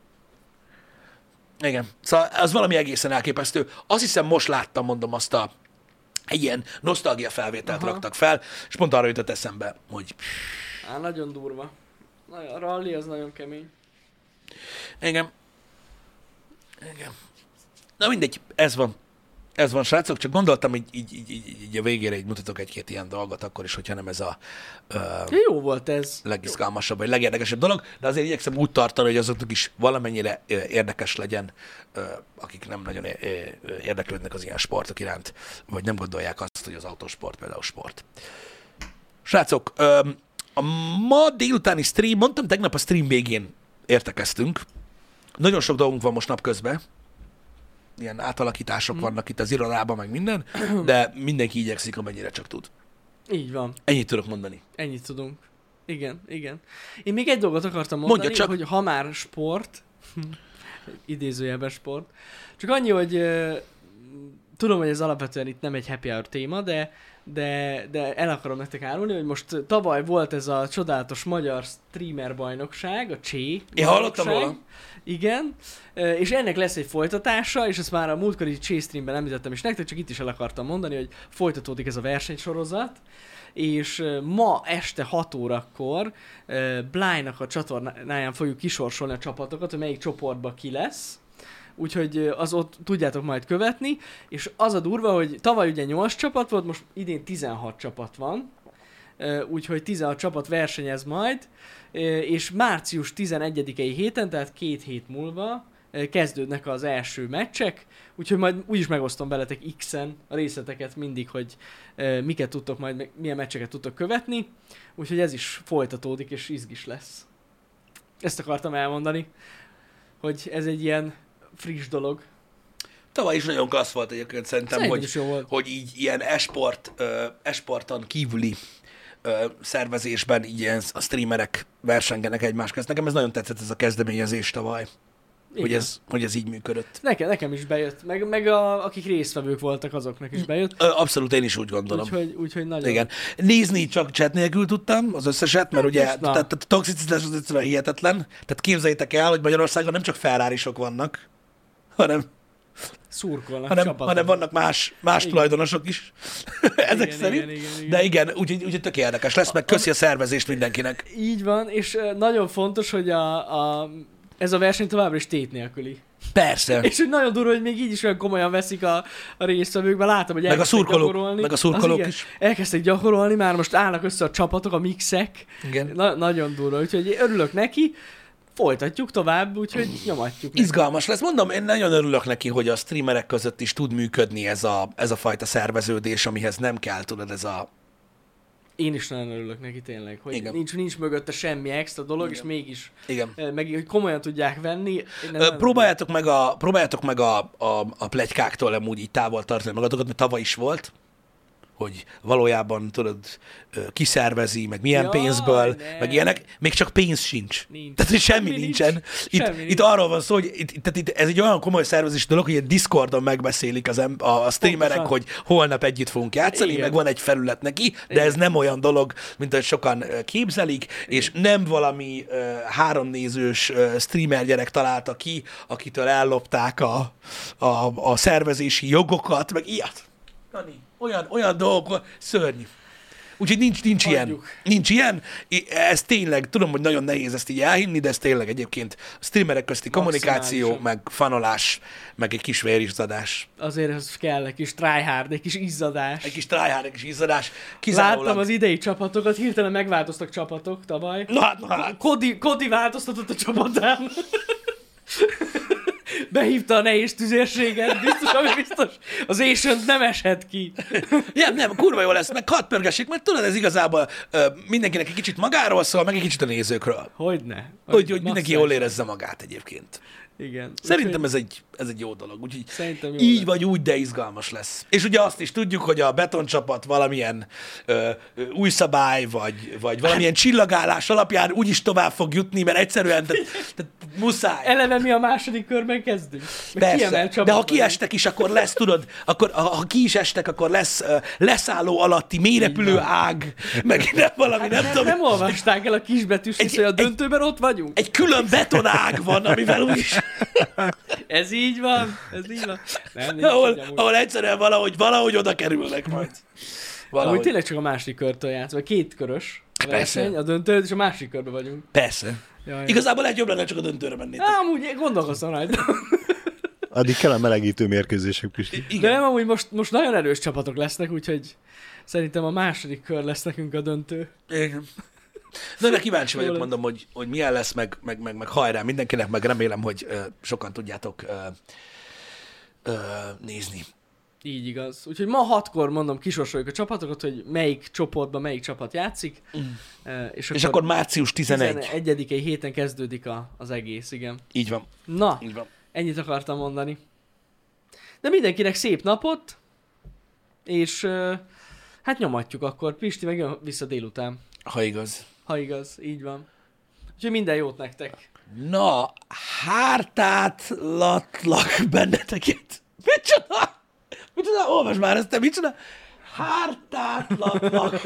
Igen. Szóval az valami egészen elképesztő. Azt hiszem, most láttam, mondom, azt a egy ilyen nosztalgia felvételt Aha. raktak fel, és pont arra jutott eszembe, hogy Á, nagyon durva. Na, a rally az nagyon kemény. igen. Igen. Na mindegy, ez van. Ez van, srácok, csak gondoltam, hogy így, így, így, így a végére így mutatok egy-két ilyen dolgot, akkor is, hogyha nem ez a ö, Jó volt ez. legizgalmasabb, vagy legérdekesebb dolog, de azért igyekszem úgy tartani, hogy azoknak is valamennyire ö, érdekes legyen, ö, akik nem nagyon ö, ö, érdeklődnek az ilyen sportok iránt, vagy nem gondolják azt, hogy az autósport például sport. Srácok, ö, a ma délutáni stream, mondtam tegnap a stream végén értekeztünk. Nagyon sok dolgunk van most napközben, ilyen átalakítások hmm. vannak itt az irodában, meg minden, de mindenki igyekszik, amennyire csak tud. Így van. Ennyit tudok mondani. Ennyit tudunk. Igen, igen. Én még egy dolgot akartam mondani, Mondja csak. hogy ha már sport, idézőjelben sport, csak annyi, hogy uh, tudom, hogy ez alapvetően itt nem egy happy hour téma, de, de, de el akarom nektek árulni, hogy most tavaly volt ez a csodálatos magyar streamer bajnokság, a Csé. Én hallottam róla. Igen, és ennek lesz egy folytatása, és ezt már a múltkori Csé streamben említettem is nektek, csak itt is el akartam mondani, hogy folytatódik ez a versenysorozat, és ma este hat órakor Bly-nak a csatornáján fogjuk kisorsolni a csapatokat, hogy melyik csoportba ki lesz, úgyhogy az ott tudjátok majd követni, és az a durva, hogy tavaly ugye nyolc csapat volt, most idén tizenhat csapat van, úgyhogy tizenhat csapat versenyez majd, és március tizenegyedikei héten, tehát két hét múlva kezdődnek az első meccsek, úgyhogy majd úgyis megosztom veletek X-en a részleteket mindig, hogy miket tudtok majd, milyen meccseket tudtok követni, úgyhogy ez is folytatódik, és izgis lesz. Ezt akartam elmondani, hogy ez egy ilyen friss dolog. Tavaly is nagyon klassz volt egyébként szerintem, Szerintem hogy, is jó volt. hogy így ilyen esport, uh, esporton kívüli uh, szervezésben így ilyen a streamerek versengenek egymás közt. Nekem ez nagyon tetszett, ez a kezdeményezés tavaly, hogy ez, hogy ez így működött. Nekem, nekem is bejött, meg, meg a, akik résztvevők voltak, azoknak is bejött. Ö, abszolút, én is úgy gondolom. Úgyhogy, úgyhogy nagyon... Igen. Nézni csak chat nélkül tudtam az összeset, mert ugye most na. tehát a toxicitás az egyszerűen hihetetlen. Tehát képzeljétek el, hogy Magyarországon nem csak Ferrarisok vannak, hanem, Szurkolnak hanem, csapatok. hanem vannak más, más Igen. tulajdonosok is. Ezek Igen, szerint. igen, igen, igen. De igen, úgyhogy úgy, tök érdekes lesz, meg köszi a szervezést mindenkinek. Így van, és ö, nagyon fontos, hogy a, a, ez a verseny továbbra is tét nélküli. Persze. És hogy nagyon durva, hogy még így is olyan komolyan veszik a, a résztvevők, mert látom, hogy Meg a elkezdtek szurkolók, gyakorolni. meg a szurkolók Az igen, is. Elkezdtek gyakorolni, már most állnak össze a csapatok, a mixek. Igen. Na, nagyon durva, úgyhogy örülök neki. Folytatjuk tovább, úgyhogy nyomatjuk. neki. Izgalmas lesz. Mondom, én nagyon örülök neki, hogy a streamerek között is tud működni ez a, ez a fajta szerveződés, amihez nem kell, tudod, ez a... Én is nagyon örülök neki tényleg, hogy Igen. nincs, nincs mögötte semmi extra dolog, Igen. és mégis Igen. eh, meg, hogy komolyan tudják venni. Én Ö, nagyon próbáljátok meg, a, próbáljátok meg a, a, a pletykáktól amúgy így távol tartani magatokat, mert tavaly is volt, hogy valójában tudod, ö, kiszervezi, meg milyen Jaj, pénzből, nem. meg ilyenek, még csak pénz sincs. Nincs. Tehát, hogy semmi, Semmi nincsen. nincs. Itt, Semmi itt nincs. arról van szó, hogy itt, tehát itt, ez egy olyan komoly szervezés dolog, hogy egy Discordon megbeszélik az em- a, a streamerek, Pontosan. hogy holnap együtt fogunk játszani, Igen. meg van egy felület neki, de ez nem olyan dolog, mint ahogy sokan ö, képzelik, és nem valami ö, háromnézős ö, streamer gyerek találta ki, akitől ellopták a, a, a szervezési jogokat, meg ilyet. Jani, olyan, olyan dolgok, szörnyű. Úgyhogy nincs, nincs ilyen. Hagyjuk. Nincs ilyen. I- Ez tényleg, tudom, hogy nagyon nehéz ezt így elhinni, de ez tényleg egyébként a streamerek közti kommunikáció, Maximálisan. meg fanolás, meg egy kis vérizadás. Azért ez kell egy kis tryhard, egy kis izzadás. Egy kis tryhard, egy kis izzadás. Kizárólag. Láttam az idei csapatokat, hirtelen megváltoztak csapatok tavaly. Na hát, na hát. Kodi, Kodi változtatott a csapatán. Behívta a nehéz tüzérséget, biztos, ami biztos. Az Asian nem eshet ki. Nem, nem, kurva jó lesz, meg hadd pörgessék, mert tudod, ez igazából ö, mindenkinek egy kicsit magáról szól, meg egy kicsit a nézőkről. Hogyne. Hogy, hogy mindenki jól Maximális. érezze magát egyébként. Igen. Szerintem ez egy, ez egy jó dolog. Úgyhogy Szerintem jó így lesz. vagy úgy, de izgalmas lesz. És ugye azt is tudjuk, hogy a betoncsapat valamilyen ö, ö, új szabály, vagy, vagy valamilyen csillagállás alapján úgyis tovább fog jutni, mert egyszerűen tehát, tehát muszáj. Eleve mi a második körben kezdünk? Meg Persze, kiemelt de csapatban ha kiestek is, akkor lesz, tudod, akkor, ha, ha ki is estek, akkor lesz uh, leszálló alatti mélyrepülő ág, meg nem valami, nem Nem, tudom. nem olvasták el a kisbetűs Egy- hogy a egy- döntőben ott vagyunk? Egy külön betonág van, amivel úgyis, Ez így van, ez így van. Nem, nincs ahol, így amúgy. ahol egyszerűen valahogy, valahogy oda kerülnek majd. Amúgy Valahogy. tényleg csak a második körtől játsz, vagy két körös a Persze. verseny, a döntő, és a másik körben vagyunk. Persze. Jaj. Igazából egy jobb lenne, csak a döntőre mennétek. Á, amúgy gondolkoztam rajta. Addig kell a melegítő mérkőzések, Pisti. De Igen. nem, amúgy most, most nagyon erős csapatok lesznek, úgyhogy szerintem a második kör lesz nekünk a döntő. Igen. Na, de kíváncsi vagyok, Jó mondom, hogy, hogy milyen lesz, meg, meg, meg, meg hajrá mindenkinek, meg remélem, hogy ö, sokan tudjátok ö, ö, nézni. Így igaz. Úgyhogy ma hatkor mondom, kisorsoljuk a csapatokat, hogy melyik csoportban melyik csapat játszik. Mm. És, És akkor március tizenegy. tizenegyedikei héten kezdődik a, az egész, igen. Így van. Na, Így van. ennyit akartam mondani. De mindenkinek szép napot, és uh, hát nyomatjuk akkor. Pisti meg jön vissza délután, Ha igaz. ha igaz, így van. Úgyhogy minden jót nektek. Na, hártátlatlak benneteket. Micsoda? Micsoda? Olvasd már ezt, te micsoda? Hártátlatlak.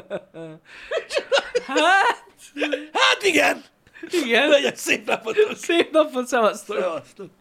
Hát, Hát igen! igen. Legyen szép napot! Szép napot, szevasztok! Szevasztok.